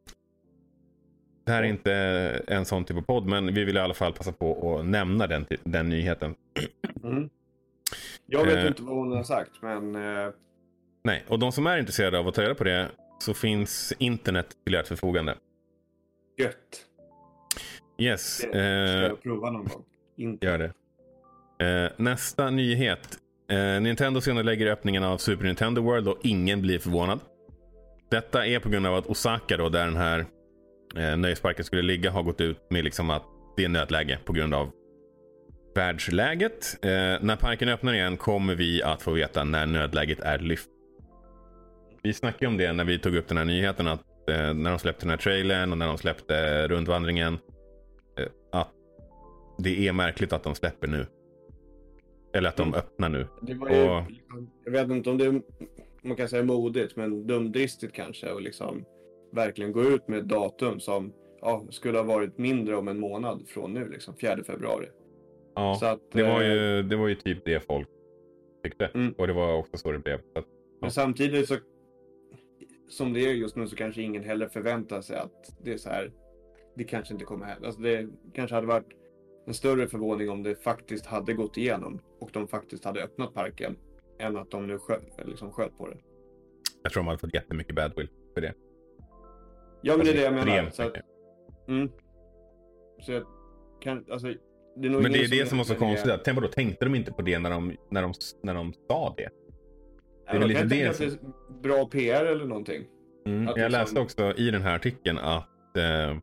S2: det här är inte en sån typ av podd, men vi vill i alla fall passa på att nämna den, den nyheten.
S1: Mm. Jag vet uh, inte vad hon har sagt, men... Uh...
S2: Nej, och de som är intresserade av att ta reda på det, så finns internet till ert förfogande.
S1: Gött.
S2: Yes.
S1: Det ska uh, jag prova någon gång. Inte.
S2: Gör det. Uh, nästa nyhet. Uh, Nintendo senare lägger öppningen av Super Nintendo World och ingen blir förvånad. Detta är på grund av att Osaka då, där den här uh, nöjesparken skulle ligga, har gått ut med liksom att det är nödläge på grund av världsläget. Eh, när parken öppnar igen kommer vi att få veta när nödläget är lyft. Vi snackade om det när vi tog upp den här nyheten, att eh, när de släppte den här trailern och när de släppte rundvandringen, eh, att det är märkligt att de släpper nu. Eller att de mm. öppnar nu.
S1: Det var ju, och... jag vet inte om det är, man kan säga modigt, men dumdristigt kanske, och liksom verkligen gå ut med ett datum som ja, skulle ha varit mindre om en månad från nu, liksom fjärde februari.
S2: Ja, så att, det, var ju, det var ju typ det folk tyckte. Mm. Och det var också så det blev. Så att, ja.
S1: Men samtidigt så, som det är just nu, så kanske ingen heller förväntar sig att det är så här. Det kanske inte kommer hända. Alltså det kanske hade varit en större förvåning om det faktiskt hade gått igenom och de faktiskt hade öppnat parken, än att de nu sköt, liksom sköt på det.
S2: Jag tror de hade fått jättemycket badwill för det.
S1: Ja, men alltså, det är det jag menar. Så, att, mm. så jag kan, alltså... Det
S2: men det är det som var så konstigt. Att, tänk, då tänkte de inte på det när de, när de, när de sa det.
S1: Det är väl lite det som... att det är bra P R eller någonting.
S2: Mm, jag läste som... också i den här artikeln att eh,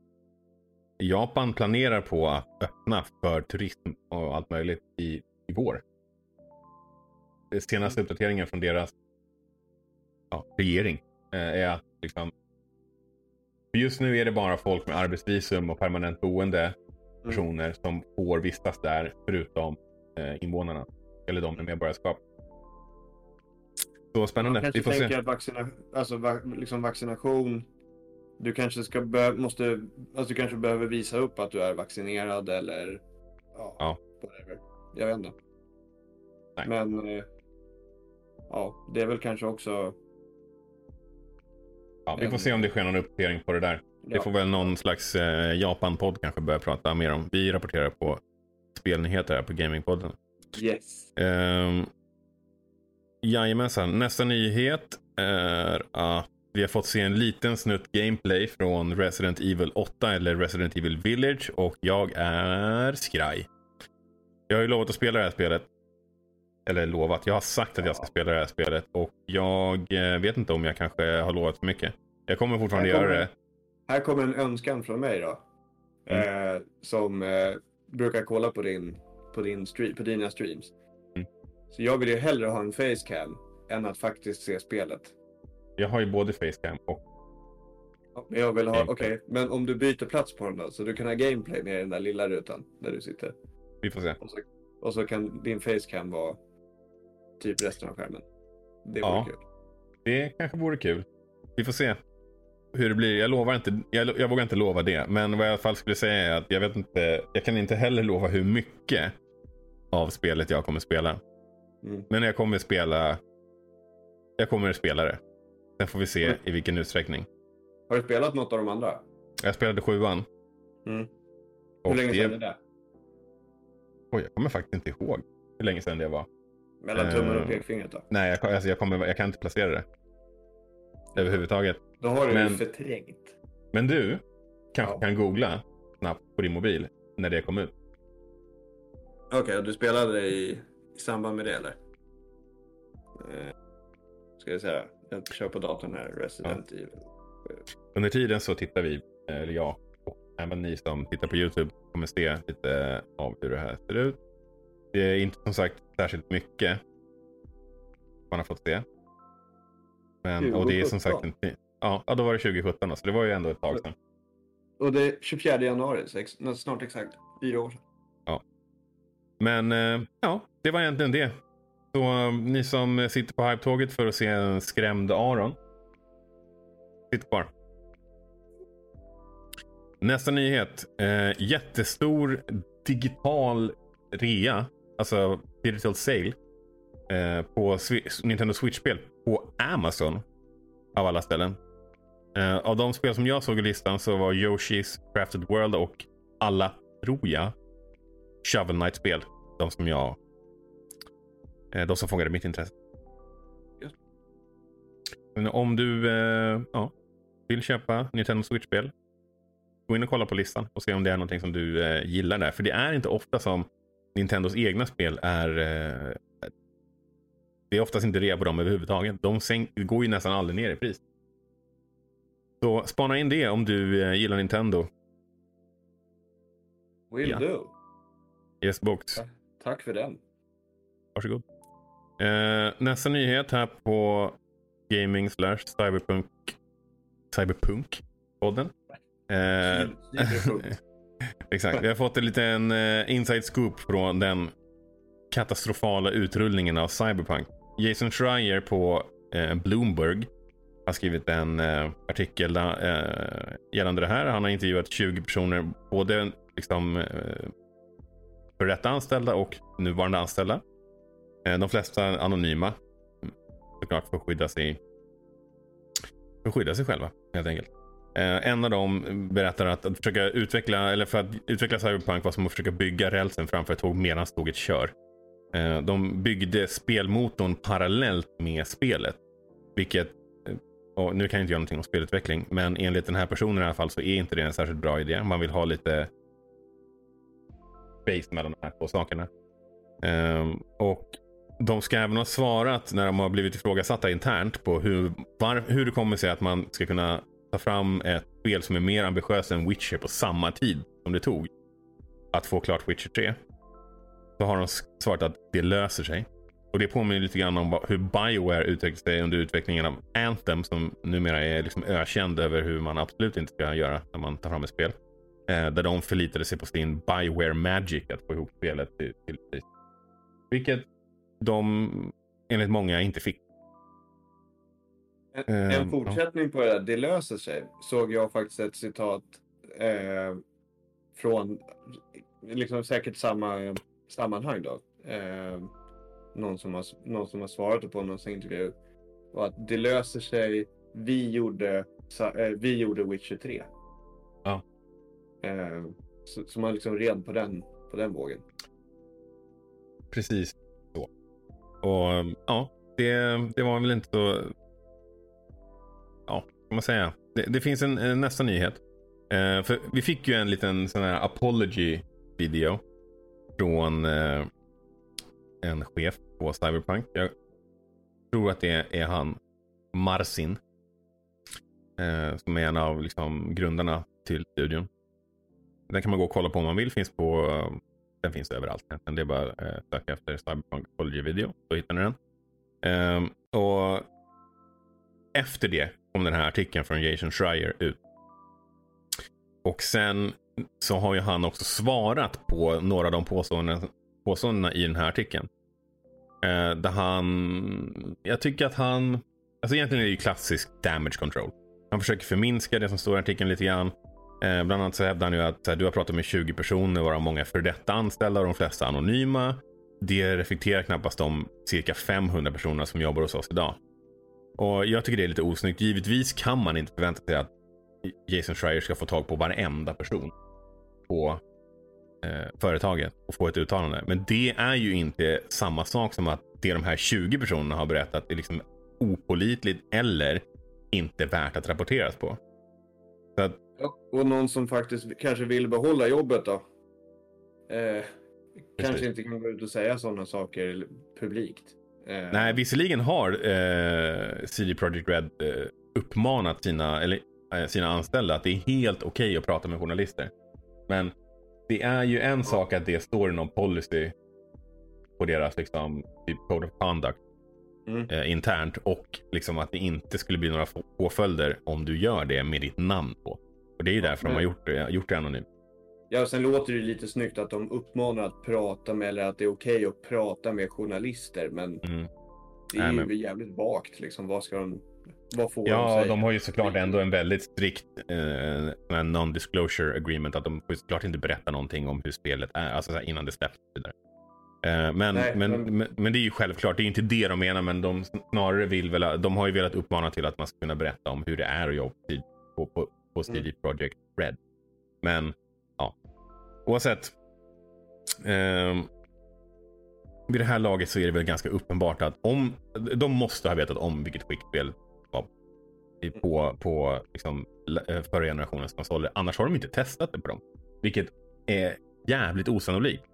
S2: Japan planerar på att öppna för turism och allt möjligt i, i vår. Det senaste uppdateringen från deras ja, regering eh, är att liksom, just nu är det bara folk med arbetsvisum och permanent boende personer mm. som får vistas där, förutom eh, invånarna eller de med medborgarskap. Så spännande.
S1: Jag kanske tänker att vaccina- alltså, va- liksom vaccination, du kanske ska be- måste, alltså du kanske behöver visa upp att du är vaccinerad eller ja,
S2: ja.
S1: whatever. Jag vet inte.
S2: Nej.
S1: Men eh, ja, det är väl kanske också.
S2: Ja, vi får se om det sker någon uppdatering på det där. Det får väl någon slags eh, Japan-podd kanske börja prata mer om. Vi rapporterar på spelnyheter här på Gamingpodden.
S1: Yes.
S2: Um, jajamensan. Nästa nyhet är att vi har fått se en liten snutt gameplay från Resident Evil åtta eller Resident Evil Village, och jag är skraj. Jag har ju lovat att spela det här spelet. Eller lovat. Jag har sagt att jag ska spela det här spelet, och jag eh, vet inte om jag kanske har lovat för mycket. Jag kommer fortfarande
S1: kommer...
S2: göra det.
S1: Här kommer en önskan från mig då. Mm. Eh, som eh, brukar kolla på din på din stream, på dina streams. Mm. Så jag vill ju hellre ha en facecam än att faktiskt se spelet.
S2: Jag har ju både facecam och
S1: jag vill ha, okej, okay, men om du byter plats på den då, så du kan ha gameplay med den där lilla rutan där du sitter.
S2: Vi får se.
S1: Och så, och så kan din facecam vara typ resten av skärmen. Det vore
S2: ja,
S1: kul.
S2: Det kanske vore kul. Vi får se hur det blir. Jag lovar inte, jag, jag vågar inte lova det. Men vad jag i alla fall skulle säga är att jag vet inte, jag kan inte heller lova hur mycket av spelet jag kommer spela.
S1: Mm.
S2: Men jag kommer spela jag kommer spela det. Sen får vi se mm. i vilken utsträckning.
S1: Har du spelat något av de andra?
S2: Jag spelade sjuan.
S1: Mm. Hur länge sedan är det?
S2: Oj, jag kommer faktiskt inte ihåg hur länge sedan det var.
S1: Mellan tummen och pekfingret då?
S2: Nej, jag, alltså, jag, kommer, jag kan inte placera det. Överhuvudtaget.
S1: Då har du
S2: men,
S1: ju förträngt.
S2: Men du kanske
S1: ja.
S2: kan googla snabbt på din mobil när det kom ut.
S1: Okej, okay, du spelade det i, i samband med det eller? Eh, ska jag säga, jag kör på datorn här, Resident ja. Evil.
S2: Under tiden så tittar vi, eller jag och även ni som tittar på YouTube kommer se lite av hur det här ser ut. Det är inte som sagt särskilt mycket man har fått se. Men, och det är som sagt en, ja, ja, då var det tjugo sjutton då, så det var ju ändå ett tag sedan.
S1: Och det är tjugofjärde januari, så snart exakt fyra år sedan.
S2: Ja. Men ja, det var egentligen det. Så ni som sitter på hype-tåget för att se en skrämd Aron, sitt kvar. Nästa nyhet. Eh, jättestor digital rea, alltså digital sale eh, på Swi- Nintendo Switch-spel på Amazon av alla ställen. Eh, av de spel som jag såg i listan så var Yoshi's Crafted World och alla, tror jag, Shovel Knight-spel. De som jag eh, de som fångade mitt intresse.
S1: Just.
S2: Men om du eh, ja, vill köpa Nintendo Switch-spel, gå in och kolla på listan och se om det är någonting som du eh, gillar där. För det är inte ofta som Nintendos egna spel är eh, det är oftast inte rea på dem överhuvudtaget. De sänk- går ju nästan aldrig ner i pris. Så spana in det om du eh, gillar Nintendo.
S1: Will
S2: ja.
S1: do.
S2: Yes, box.
S1: Ta- tack för den.
S2: Varsågod. Eh, nästa nyhet här på Gaming slash Cyberpunk Cyberpunk-podden. Eh, exakt, vi har fått en liten eh, inside scoop från den katastrofala utrullningen av Cyberpunk. Jason Schreier på eh, Bloomberg har skrivit en eh, artikel eh, gällande det här. Han har intervjuat tjugo personer, både liksom eh, för rätta anställda och nuvarande anställda. Eh, de flesta anonyma, såklart för att skydda sig för att skydda sig själva helt enkelt. Eh, en av dem berättar att, att försöka utveckla eller för att utveckla Cyberpunk var som att försöka bygga rälsen framför ett tåg medan tåget kör. Eh, de byggde spelmotorn parallellt med spelet, vilket, och nu kan jag inte göra någonting om spelutveckling, men enligt den här personen i alla fall så är inte det en särskilt bra idé. Man vill ha lite space mellan de här två sakerna. Eh, och de ska även ha svarat när de har blivit ifrågasatta internt på hur, var, hur det kommer sig att man ska kunna ta fram ett spel som är mer ambitiöst än Witcher på samma tid som det tog att få klart Witcher tre. Så har de svarat att det löser sig. Och det påminner lite grann om hur BioWare utvecklade sig under utvecklingen av Anthem, som numera är liksom ökänd över hur man absolut inte ska göra när man tar fram ett spel. Eh, där de förlitade sig på sin BioWare Magic att få ihop spelet till, till pris. Vilket de enligt många inte fick.
S1: En, en uh, fortsättning ja. på det där, det löser sig, såg jag faktiskt ett citat eh, från liksom säkert samma sammanhang då. Eh, någon, som har, någon som har svarat på någon intervju. Och att det löser sig, vi gjorde, eh, vi gjorde Witcher tre.
S2: Ja.
S1: Eh, så, så man liksom red på den, på den vågen.
S2: Precis så. Och ja, det, det var väl inte så... Ja, kan man säga. Det, det finns en, en nästa nyhet. Eh, för vi fick ju en liten sån här apology-video från eh, en chef på Cyberpunk. Jag tror att det är han, Marcin, eh, som är en av liksom grundarna till studion. Den kan man gå och kolla på om man vill. Finns på, den finns överallt. Det är bara att eh, söka efter Cyberpunk apology-video, så hittar ni den. Eh, och efter det kom den här artikeln från Jason Schreier ut. Och sen så har ju han också svarat på några av de påståendena, påståendena i den här artikeln. Eh, där han... Jag tycker att han... Alltså egentligen är det ju klassisk damage control. Han försöker förminska det som står i artikeln lite grann. Eh, bland annat så hävdar han ju att här, du har pratat med tjugo personer, varav många för detta anställda och de flesta anonyma. Det reflekterar knappast om cirka femhundra personer som jobbar hos oss idag. Och jag tycker det är lite osnyggt. Givetvis kan man inte förvänta sig att Jason Schreier ska få tag på varenda person på eh, företaget och få ett uttalande. Men det är ju inte samma sak som att det de här tjugo personerna har berättat är liksom opålitligt eller inte värt att rapporteras på. Så att,
S1: och någon som faktiskt kanske vill behålla jobbet då. Eh, kanske inte kan gå ut och säga sådana saker publikt. Eh.
S2: Nej, visserligen har eh, C D Projekt Red eh, uppmanat sina, eller, eh, sina anställda att det är helt okej okay att prata med journalister. Men det är ju en ja. sak att det står i någon policy på deras liksom, typ Code of Conduct mm. eh, internt, och liksom att det inte skulle bli några påföljder om du gör det med ditt namn på. Och det är ju därför mm. de har gjort det, gjort det anonymt.
S1: Ja, och sen låter det lite snyggt att de uppmanar att prata med, eller att det är okej okay att prata med journalister, men mm. det är Nej, ju men... jävligt vagt liksom. Vad ska de, vad får
S2: ja,
S1: de säga?
S2: Ja, de har ju såklart ändå en väldigt strikt eh, non-disclosure agreement, att de får såklart inte berätta någonting om hur spelet är, alltså så här, innan det släpps vidare. Eh, men, Nej, men, men... Men, men det är ju självklart, det är inte det de menar, men de snarare vill väl, de har ju velat uppmana till att man ska kunna berätta om hur det är att jobba på, på, på C D mm. Projekt Red. Men ja, oavsett, eh, vid det här laget så är det väl ganska uppenbart att om de måste ha vetat om vilket skick spelet var på, på liksom, förra generationens konsoler. Annars har de inte testat det på dem, vilket är jävligt osannolikt.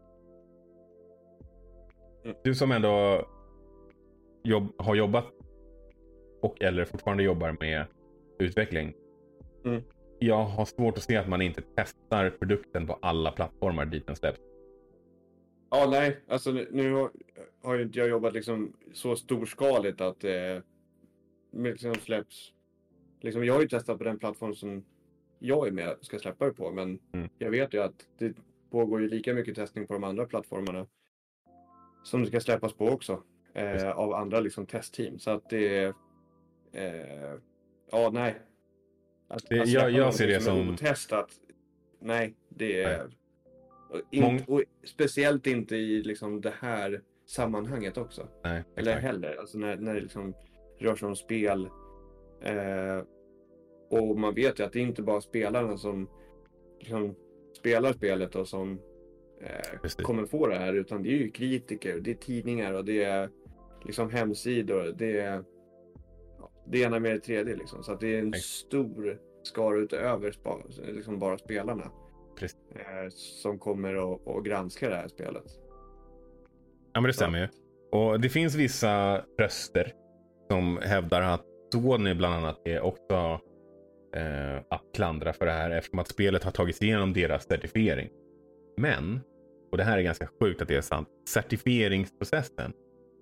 S2: Du som ändå jobb, har jobbat och eller fortfarande jobbar med utveckling. Mm. Jag har svårt att se att man inte testar produkten på alla plattformar dit den släpps.
S1: Ja, nej. Alltså nu har, har ju inte jag jobbat liksom så storskaligt att eh, liksom släpps. Liksom, jag har ju testat på den plattform som jag är med ska släppa det på. Men mm. jag vet ju att det pågår ju lika mycket testning på de andra plattformarna som det ska släppas på också. Eh, av andra liksom testteam. Så att det är... Eh, ja, nej. Att,
S2: det, att jag jag ser det som...
S1: Testat. Nej, det är... In, och speciellt inte i liksom det här sammanhanget också.
S2: Nej,
S1: eller heller. Alltså när, när det liksom rör sig om spel. Eh, och man vet ju att det är inte bara spelarna som liksom spelar spelet och som eh, kommer få det här. Utan det är ju kritiker, det är tidningar och det är liksom hemsidor. Det är det ena med det tredje liksom. Så att det är en Nej. stor skara utöver liksom bara spelarna. Eh, som kommer att, att granska det här spelet.
S2: Ja, men det stämmer ju. Och det finns vissa röster som hävdar att Sony bland annat är också eh, att klandra för det här, eftersom att spelet har tagits igenom deras certifiering. Men, och det här är ganska sjukt att det är sant, certifieringsprocessen,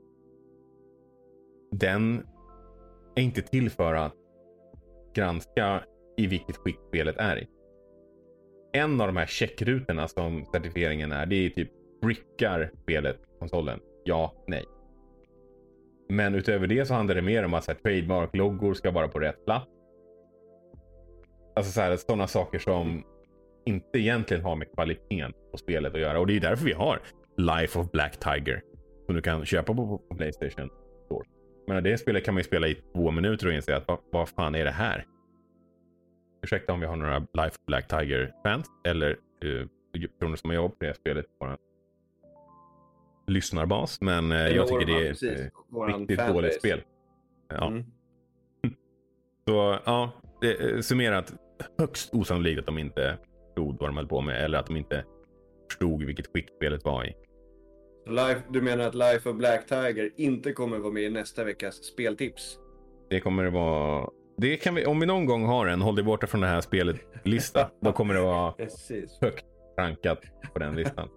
S2: den är inte till för att granska i vilket skick spelet är i. En av de här checkrutorna som certifieringen är, det är typ brickar spelet, konsolen. Ja, nej. Men utöver det så handlar det mer om att så här, trademark-loggor ska vara på rätt plats. Alltså så här, sådana saker som inte egentligen har med kvaliteten på spelet att göra. Och det är därför vi har Life of Black Tiger, som du kan köpa på, på PlayStation Store. Men det spelet kan man ju spela i två minuter och inse att vad, vad fan är det här? Ursäkta om vi har några Life of Black Tiger-fans eller uh, personer som har jobbat på det spelet på en lyssnarbas, men uh, jag tycker det är ett uh, riktigt dåligt spel. Ja. Mm. Så ja, det, summerat, högst osannolikt att de inte förstod vad de höll på med, eller att de inte förstod vilket skick spelet var i.
S1: Life, du menar att Life of Black Tiger inte kommer vara med i nästa veckas speltips?
S2: Det kommer det vara... Det kan vi, om vi någon gång har en håll dig borta från det här spelet lista, då kommer det vara
S1: Precis.
S2: högt rankat på den listan.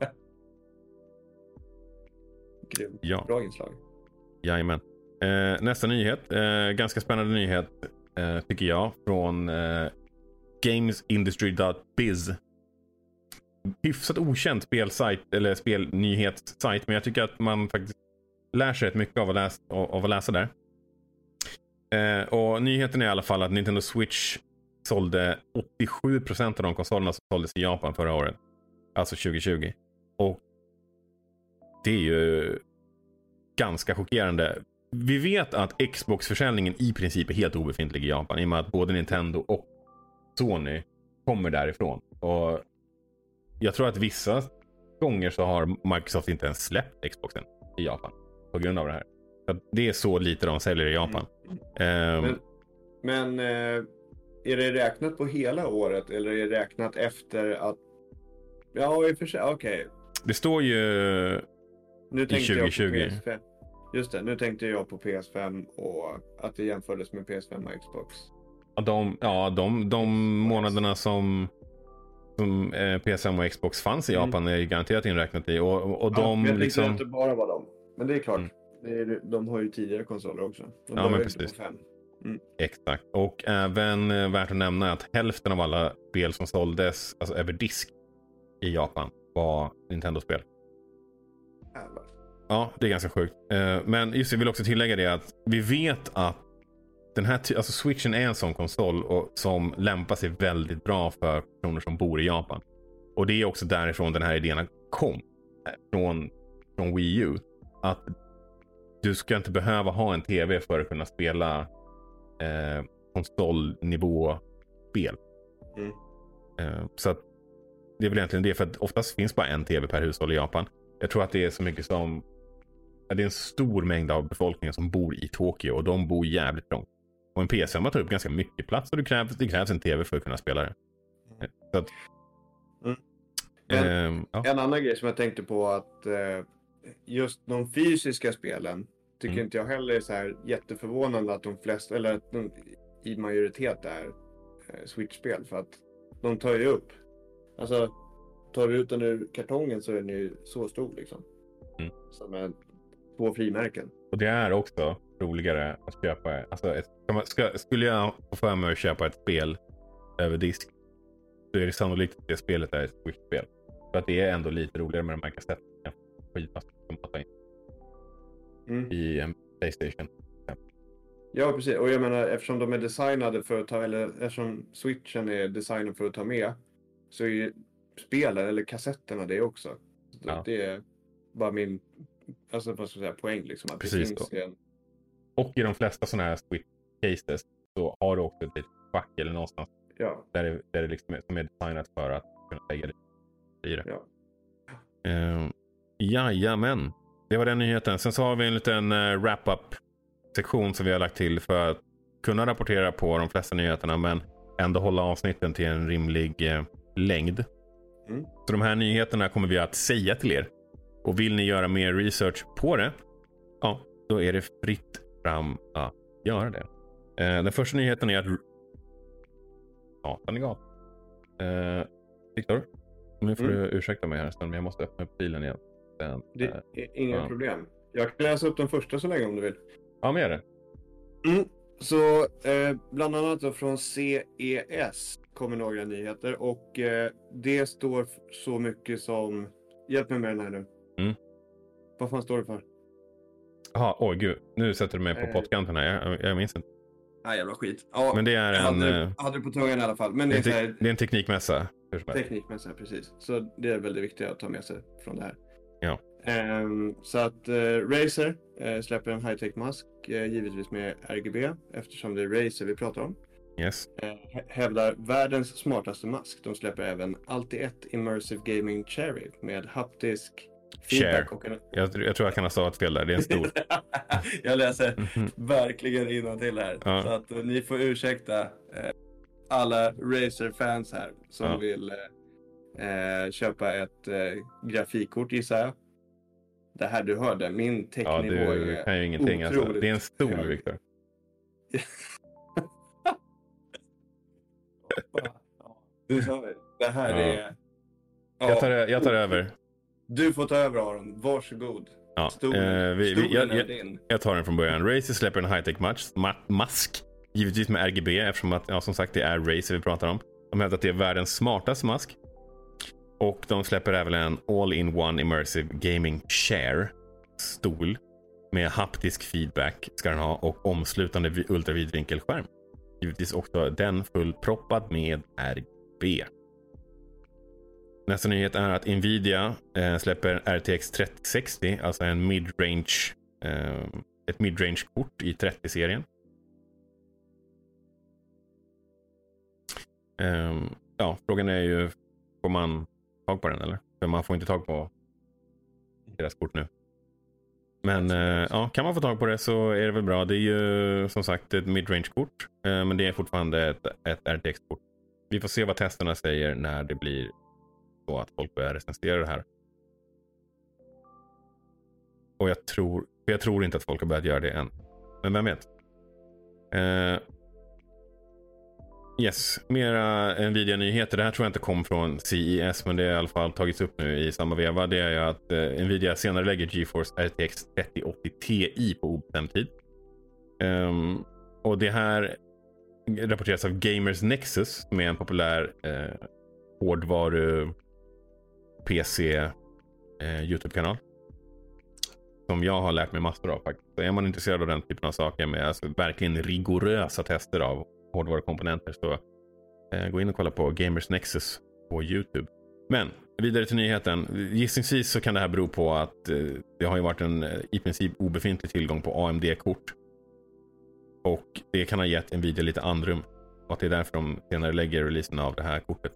S1: Grymt. Ja. Bra inslag.
S2: Jajamän. Eh, nästa nyhet, eh, ganska spännande nyhet eh, tycker jag, från eh, gamesindustry dot biz. Hyfsat okänd spelsajt eller spelnyhetssajt, men jag tycker att man faktiskt lär sig rätt mycket av att läsa, av att läsa där. Eh, och nyheten är i alla fall att Nintendo Switch sålde åttiosju procent av de konsolerna som såldes i Japan förra året. Alltså tjugo tjugo. Och det är ju ganska chockerande. Vi vet att Xbox-försäljningen i princip är helt obefintlig i Japan i och med att både Nintendo och Sony kommer därifrån. Och jag tror att vissa gånger så har Microsoft inte ens släppt Xboxen i Japan på grund av det här. Så det är så lite de säljer i Japan.
S1: Mm.
S2: Um,
S1: men men eh, är det räknat på hela året eller är det räknat efter att... Ja, i och för sig, okej. Okay.
S2: Det står ju
S1: nu
S2: i tjugo tjugo.
S1: Jag på P S fem. Just det, nu tänkte jag på P S fem och att det jämfördes med P S fem och Xbox.
S2: Ja, de, ja, de, de månaderna som, som eh, P S fem och Xbox fanns i Japan mm. är garanterat inräknat i. Och, och, och de
S1: ja,
S2: liksom...
S1: inte bara var de. Men det är klart, mm. det är, de har ju tidigare konsoler också. De
S2: ja, men precis.
S1: På fem. Mm.
S2: Exakt. Och även eh, värt att nämna att hälften av alla spel som såldes alltså över disk i Japan var Nintendo-spel.
S1: Jävlar.
S2: Ja, det är ganska sjukt. Eh, men just jag vill också tillägga det att vi vet att den här ty- alltså Switchen är en sån konsol och, som lämpar sig väldigt bra för personer som bor i Japan. Och det är också därifrån den här idén kom. Från, från Wii U. Att du ska inte behöva ha en tv för att kunna spela eh, konsolnivå spel.
S1: Mm.
S2: Eh, så att det är väl egentligen det, för att oftast finns bara en tv per hushåll i Japan. Jag tror att det är så mycket som... Det är en stor mängd av befolkningen som bor i Tokyo och de bor jävligt trångt. Och en P S fem tar upp ganska mycket plats och det krävs, det krävs en tv för att kunna spela det. Så att,
S1: mm. Men,
S2: eh, ja.
S1: En annan grej som jag tänkte på att eh, just de fysiska spelen tycker mm. inte jag heller är så här jätteförvånande att de flesta, eller att de i majoritet är eh, Switch-spel, för att de tar ju upp, alltså tar du ut den ur kartongen så är den ju så stor liksom.
S2: Mm.
S1: Som är två frimärken.
S2: Och det är också roligare att köpa, alltså ett, ska, skulle jag få för mig att köpa ett spel över disk, så är det sannolikt att det spelet är ett Switch-spel. För att det är ändå lite roligare med de här kassetterna skivas som passar in mm. i en PlayStation. Ja.
S1: Ja, precis. Och jag menar, eftersom de är designade för att ta, eller eftersom Switchen är designad för att ta med, så är ju spelen, eller kassetterna det också.
S2: Ja.
S1: Det är bara min, alltså vad ska jag säga, poäng liksom. Att
S2: precis
S1: det finns en...
S2: Och i de flesta sådana här Switch-cases så har du också ett litet fack eller någonstans
S1: ja.
S2: där det, där det liksom är, som är designat för att kunna lägga det i det.
S1: Ja.
S2: Uh, jajamän. Det var den nyheten. Sen så har vi en liten uh, wrap-up-sektion som vi har lagt till för att kunna rapportera på de flesta nyheterna men ändå hålla avsnitten till en rimlig uh, längd. Mm. Så de här nyheterna kommer vi att säga till er. Och vill ni göra mer research på det, ja, då är det fritt fram att göra det. Uh, den första nyheten är att ja, den är gal. Uh, Victor, nu får mm. du ursäkta mig här, men jag måste öppna upp filen igen. Den,
S1: det är inga ja. problem. Jag kan läsa upp den första så länge om du vill.
S2: Ja, med det.
S1: Mm. Så eh, bland annat då från C E S kommer några nyheter och eh, det står så mycket som, hjälp mig med den här nu.
S2: Mm.
S1: Vad fan står det för?
S2: Jaha, oj gud. Nu sätter du mig på eh. pottkanten här. Jag, jag minns inte.
S1: Nej, jävla skit. Ja,
S2: men det är en...
S1: Hade, hade det på tungan i alla fall. Men det, är,
S2: te-
S1: så här,
S2: det är en teknikmässa.
S1: Teknikmässa, precis. Så det är väldigt viktigt att ta med sig från det här.
S2: Ja.
S1: Um, så att uh, Razer uh, släpper en high-tech mask, uh, givetvis med R G B, eftersom det är Razer vi pratar om.
S2: Yes.
S1: Uh, hävdar världens smartaste mask. De släpper även Alti ett Immersive Gaming Cherry med haptisk feedback. Och en...
S2: jag, jag tror jag kan ha stavat fel där, det är en stor.
S1: Jag läser mm-hmm. verkligen innantill här. Ja. Så att uh, ni får ursäkta uh, alla Razer-fans här som ja. vill uh, köpa ett uh, grafikkort, gissar jag. Det här du hörde, min teknivå
S2: ja, du
S1: är
S2: kan ju ingenting, alltså. Det är en stor, ja. Victor.
S1: Du sa det. Det här ja. är...
S2: Ja. Jag, tar, jag tar över.
S1: Du får ta över, Aron. Varsågod.
S2: Ja.
S1: Stor,
S2: eh, vi, vi, jag, jag,
S1: din.
S2: jag tar den från början. Razer släpper en high-tech mask, mask. Givetvis med R G B, eftersom att, ja, som sagt, det är Razer vi pratar om. De hävdar att det är världens smartaste mask. Och de släpper även en all-in-one immersive gaming chair stol med haptisk feedback ska den ha och omslutande ultravidvinkelskärm. Givetvis också den fullproppad med R G B. Nästa nyhet är att Nvidia eh, släpper R T X trettio sextio, alltså en mid-range, eh, ett mid-range-kort i trettio-serien. Eh, ja, frågan är ju, får man tag på den eller? För man får inte tag på deras kort nu. Men eh, ja, kan man få tag på det så är det väl bra. Det är ju som sagt ett mid-range-kort, eh, men det är fortfarande ett, ett R T X-kort. Vi får se vad testerna säger när det blir så att folk börjar recensera det här. Och jag tror, jag tror inte att folk har börjat göra det än. Men vem vet? Eh, yes, mera Nvidia-nyheter. Det här tror jag inte kom från C E S, men det är i alla fall tagits upp nu i samma veva. Det är ju att eh, Nvidia senare lägger GeForce R T X trettio åttio Ti på obestämd tid. Um, och det här rapporteras av Gamers Nexus, som är en populär eh, hårdvaru P C eh, YouTube-kanal. Som jag har lärt mig massor av faktiskt. Så är man intresserad av den typen av saker med alltså, verkligen rigorösa tester av hårdvarukomponenter, så eh, gå in och kolla på Gamers Nexus på YouTube. Men vidare till nyheten. Gissningsvis så kan det här bero på att eh, det har ju varit en eh, i princip obefintlig tillgång på A M D-kort. Och det kan ha gett Nvidia lite andrum. Och att det är därför de senare lägger releasen av det här kortet.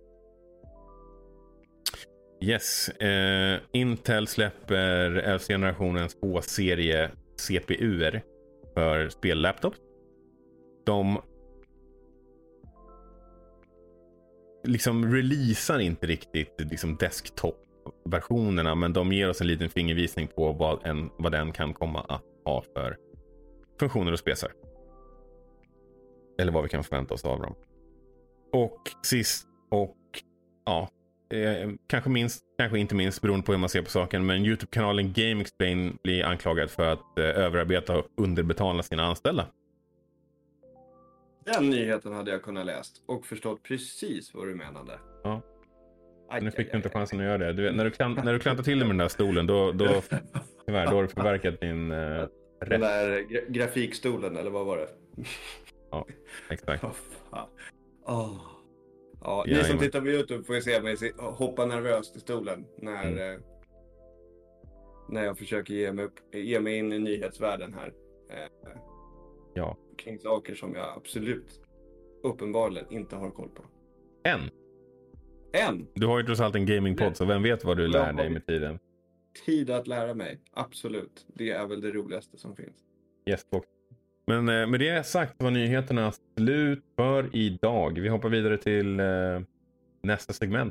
S2: Yes. Eh, Intel släpper elfte generationens H-serie C P U-er för spellaptops. De liksom releasar inte riktigt liksom desktop-versionerna, men de ger oss en liten fingervisning på vad, en, vad den kan komma att ha för funktioner och spesar. Eller vad vi kan förvänta oss av dem. Och sist och ja, eh, kanske minst, kanske inte minst beroende på hur man ser på saken, men YouTube-kanalen Game Explain blir anklagad för att eh, överarbeta och underbetala sina anställda.
S1: Den nyheten hade jag kunnat läst och förstått precis vad du menade.
S2: Ja. Aj, nu fick aj, du inte aj, chansen aj. att göra det. Du vet, när, du klant, när du klantar till dig med den där stolen, då, då, tyvärr, då har du förverkat din uh, rätt.
S1: Den där gra- grafikstolen, eller vad var det?
S2: Ja, exakt.
S1: Oh, oh. Ja, ni som tittar på YouTube får ju se mig hoppa nervöst i stolen när, mm. eh, när jag försöker ge mig, upp, ge mig in i nyhetsvärlden här. Eh,
S2: ja.
S1: Kring saker som jag absolut uppenbarligen inte har koll på.
S2: Än?
S1: Än?
S2: Du har ju trots allt en gamingpodd, så vem vet vad du lär dig med tiden?
S1: Tid att lära mig, absolut. Det är väl det roligaste som finns.
S2: Yes, box. Men eh, med det sagt var nyheterna slut för idag. Vi hoppar vidare till eh, nästa segment.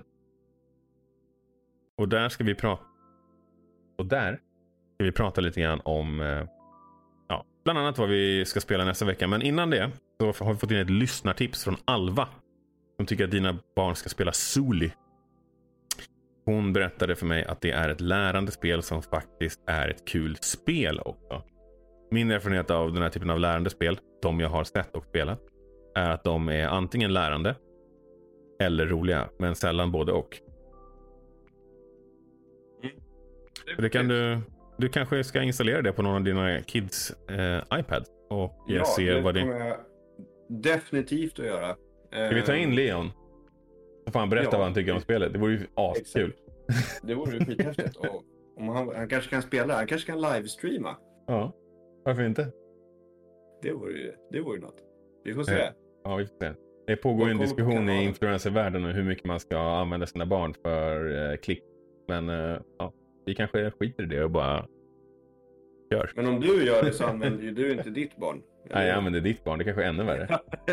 S2: Och där ska vi prata Och där ska vi prata lite grann om eh, ja, bland annat vad vi ska spela nästa vecka. Men innan det så har vi fått in ett lyssnartips från Alva, som tycker att dina barn ska spela Suli. Hon berättade för mig att det är ett lärande spel som faktiskt är ett kul spel också. Min erfarenhet av den här typen av lärande spel, de jag har sett och spelat, är att de är antingen lärande eller roliga, men sällan både och. Mm. Det, det kan du, du kanske ska installera det på någon av dina kids eh, iPad och
S1: ja,
S2: se
S1: det
S2: vad det
S1: kommer jag definitivt att göra.
S2: Ska vi ta in Leon? Så får han berätta ja, vad han tycker om spelet. Det vore ju askul.
S1: Det vore ju skithäftigt. Och om han, han kanske kan spela, han kanske kan livestreama.
S2: Ja, varför inte?
S1: Det vore ju det vore något. Vi får se.
S2: Ja, ja vi får se. Det pågår ju en diskussion i influencervärlden om hur mycket man ska använda sina barn för eh, klick. Men eh, ja, vi kanske skiter i det och bara kör.
S1: Men om du gör det så använder ju du inte ditt barn.
S2: Eller? Nej, jag använder ditt barn. Det kanske är ännu värre.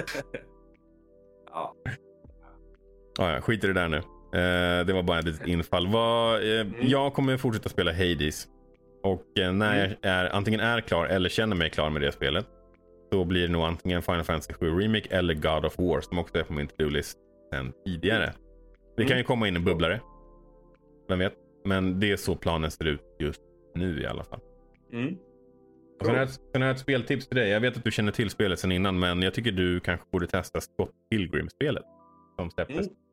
S1: Ja.
S2: Ja, ja, skit i det där nu. Eh, det var bara ett litet infall. Vad, eh, mm. Jag kommer fortsätta spela Hades. Och eh, när mm. jag är, antingen är klar eller känner mig klar med det spelet, så blir det nog antingen Final Fantasy sju Remake eller God of War, som också är på min to-do-list sen tidigare. Mm. Det kan ju komma in en bubblare. Vem vet? Men det är så planen ser ut just nu i alla fall.
S1: Mm.
S2: Och sen, har jag, sen har jag ett speltips till dig. Jag vet att du känner till spelet sen innan, men jag tycker du kanske borde testa Scott Pilgrim-spelet som släpptes. Mm.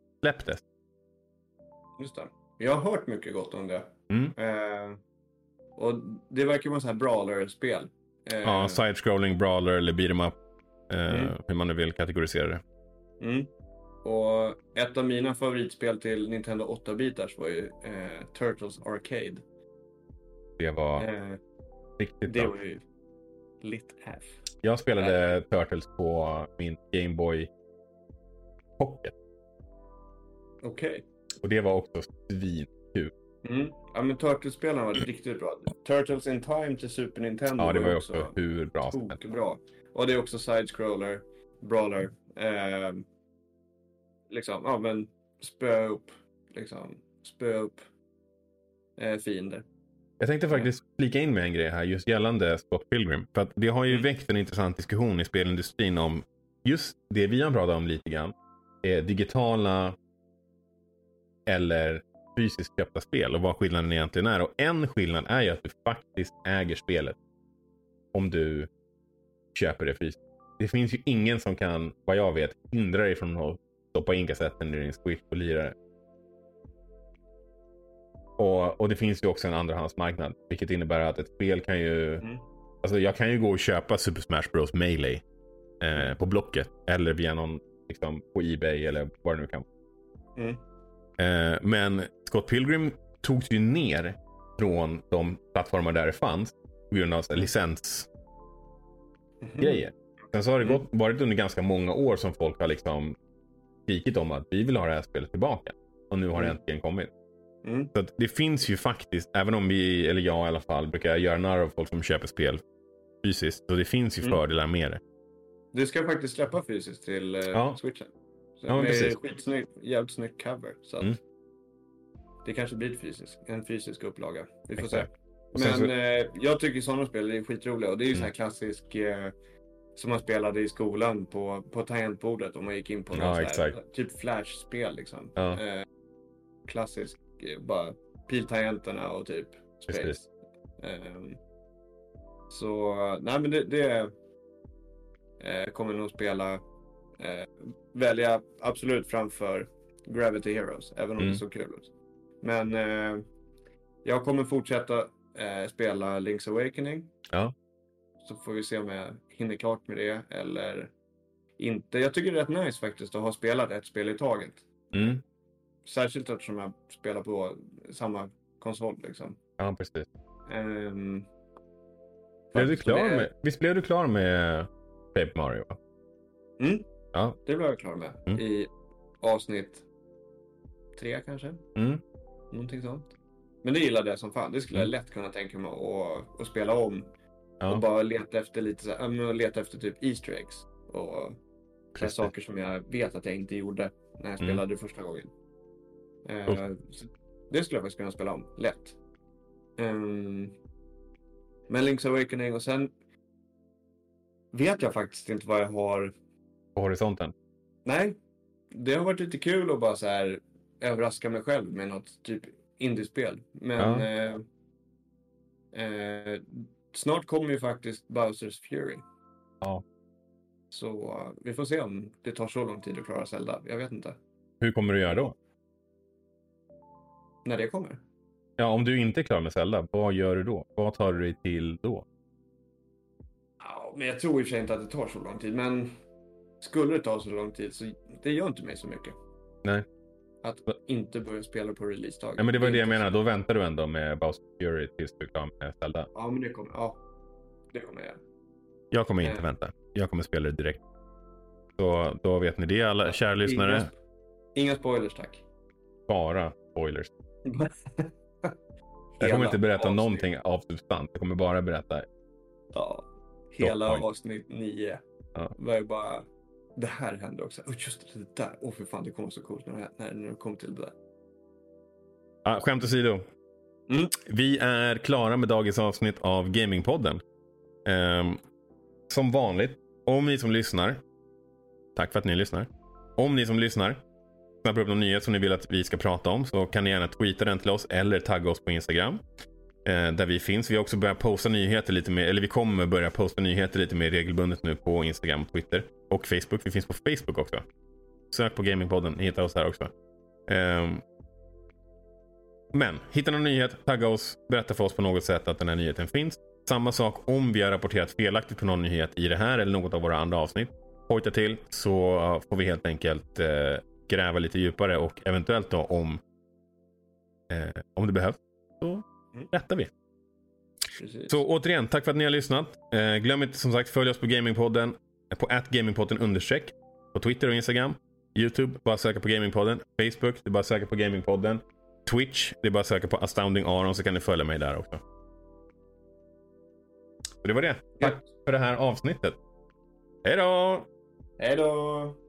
S2: Återsläpptes.
S1: Just det. Jag har hört mycket gott om det.
S2: Mm.
S1: Eh, Och det verkar vara så här brawler-spel.
S2: Eh, ja, side-scrolling, brawler eller beat'em up. Eh, mm. Hur man nu vill kategorisera det.
S1: Mm. Och ett av mina favoritspel till Nintendo åtta-bitars var ju eh, Turtles Arcade.
S2: Det var eh, riktigt
S1: det
S2: bra.
S1: var ju lit F.
S2: Jag spelade äh. Turtles på min Game Boy Pocket.
S1: Okej. Okay.
S2: Och det var också svinkul.
S1: Mm. Ja, men Turtles-spelarna var riktigt bra. Turtles in Time till Super Nintendo.
S2: Ja, det var ju också, också hur bra som
S1: helst. Bra. Och det är också side-scroller, brawler. Eh, liksom, ja men spö upp, liksom, spö upp eh, fiender.
S2: Jag tänkte faktiskt flika in med en grej här just gällande Scott Pilgrim. För att det har ju mm. väckt en intressant diskussion i spelindustrin om just det vi har pratat om lite grann. Eh, digitala eller fysiskt köpta spel och vad skillnaden egentligen är. Och en skillnad är ju att du faktiskt äger spelet om du köper det fysiskt. Det finns ju ingen som kan, vad jag vet, hindra dig från att stoppa in kassetten i din Switch och lira det. Och, och det finns ju också en andrahandsmarknad, vilket innebär att ett spel kan ju mm. alltså jag kan ju gå och köpa Super Smash Bros. Melee eh, på Blocket eller via någon liksom, på eBay eller vad det nu kan. Mm. Eh, men Scott Pilgrim togs ju ner från de plattformar där det fanns på grund av licensgrejer. Mm. Sen så har det gått, varit under ganska många år som folk har liksom skrikit om att vi vill ha det här spelet tillbaka. Och nu har det äntligen kommit. Mm. Så att det finns ju faktiskt, även om vi, eller jag i alla fall, brukar göra narr av folk som köper spel fysiskt. Så det finns ju mm. fördelar med det.
S1: Du ska faktiskt släppa fysiskt till uh, ja. Switchen. Så
S2: ja,
S1: med
S2: precis.
S1: Skitsnygg, jävligt snygg cover. Så att mm. det kanske blir fysisk, en fysisk upplaga. Vi får Exakt. se. Men så... eh, jag tycker sådana spel är skitroliga. Och det är ju mm. så här klassisk eh, som man spelade i skolan på, på tangentbordet. Om man gick in på
S2: ja,
S1: något här, typ Flash-spel liksom. Ja. Eh, klassisk, eh, bara piltangenterna och typ space. Eh, så, nej men det, det eh, kommer nog spela eh, välja absolut framför Gravity Heroes. Även om mm. det är så kul ut. Men eh, jag kommer fortsätta eh, spela Link's Awakening.
S2: Ja.
S1: Så får vi se om jag hinner klart med det eller inte. Jag tycker det är rätt nice faktiskt att ha spelat ett spel i taget.
S2: Mm.
S1: Särskilt eftersom jag spelar på samma konsol liksom.
S2: Ja, precis.
S1: Um,
S2: blev du klar det... med, visst blev du klar med Paper Mario, va?
S1: Mm.
S2: Ja.
S1: Det blev jag klar med. Mm. I avsnitt tre kanske.
S2: Mm.
S1: Någonting sånt. Men det gillade jag som fan. Det skulle mm. jag lätt kunna tänka mig att, att spela om. Ja. Och bara leta efter lite så här, leta efter typ Easter eggs. Och saker som jag vet att jag inte gjorde när jag spelade mm. det första gången. Uh, det skulle jag faktiskt kunna spela om. Lätt. Um, men Link's Awakening och sen vet jag faktiskt inte vad jag har
S2: på horisonten.
S1: Nej. Det har varit lite kul att bara så här överraska mig själv med något typ indiespel. Men ja. eh, eh, snart kommer ju faktiskt Bowser's Fury.
S2: Ja.
S1: Så uh, vi får se om det tar så lång tid att klara Zelda. Jag vet inte.
S2: Hur kommer du göra då?
S1: När det kommer?
S2: Ja, om du inte är klar med Zelda, vad gör du då? Vad tar du dig till då?
S1: Ja, men jag tror i och för sig inte att det tar så lång tid. Men skulle det ta så lång tid så det gör inte mig så mycket.
S2: Nej.
S1: Att inte börja spela på release-dagen.
S2: Ja, men det var det, det jag menade. Då väntar du ändå med Bowser's Fury tills du är klar med Zelda.
S1: Ja, men det kommer, ja. Det kommer jag.
S2: Jag kommer inte äh. vänta. Jag kommer spela det direkt. Så då vet ni det, alla kära lyssnare.
S1: Inga, inga spoilers, tack.
S2: Bara spoilers. Jag kommer inte berätta avsnitt. någonting av substans. Jag kommer bara berätta.
S1: Ja, hela avsnitt nio. Ja. Var ju bara... Det här hände också. Och just det där. Åh, oh, för fan, det kom så coolt när, när, när det kom till det där.
S2: Ja, skämt åsido.
S1: Mm.
S2: Vi är klara med dagens avsnitt av Gamingpodden. Um, som vanligt, om ni som lyssnar, tack för att ni lyssnar. Om ni som lyssnar snappar upp någon nyhet som ni vill att vi ska prata om, så kan ni gärna tweeta den till oss eller tagga oss på Instagram. Uh, där vi finns. Vi har också börjat posta nyheter lite mer, eller vi kommer börja posta nyheter lite mer regelbundet nu på Instagram, Twitter och Facebook. Vi finns på Facebook också. Sök på Gamingpodden, ni hittar oss där också. Um, Men hitta någon nyhet, tagga oss, berätta för oss på något sätt att den här nyheten finns. Samma sak om vi har rapporterat felaktigt på någon nyhet i det här eller något av våra andra avsnitt. Hojta till så får vi helt enkelt eh, gräva lite djupare och eventuellt då om eh, om det behövs så rättar vi. Precis. Så återigen, tack för att ni har lyssnat. Eh, glöm inte som sagt följ oss på Gamingpodden på at gamingpodden understreck på Twitter och Instagram. YouTube, bara söka på Gamingpodden. Facebook, det är bara söka på Gamingpodden. Twitch, det är bara söka på Astounding Aron så kan ni följa mig där också. Så det var det. Tack för det här avsnittet. Hej då!
S1: Hej då!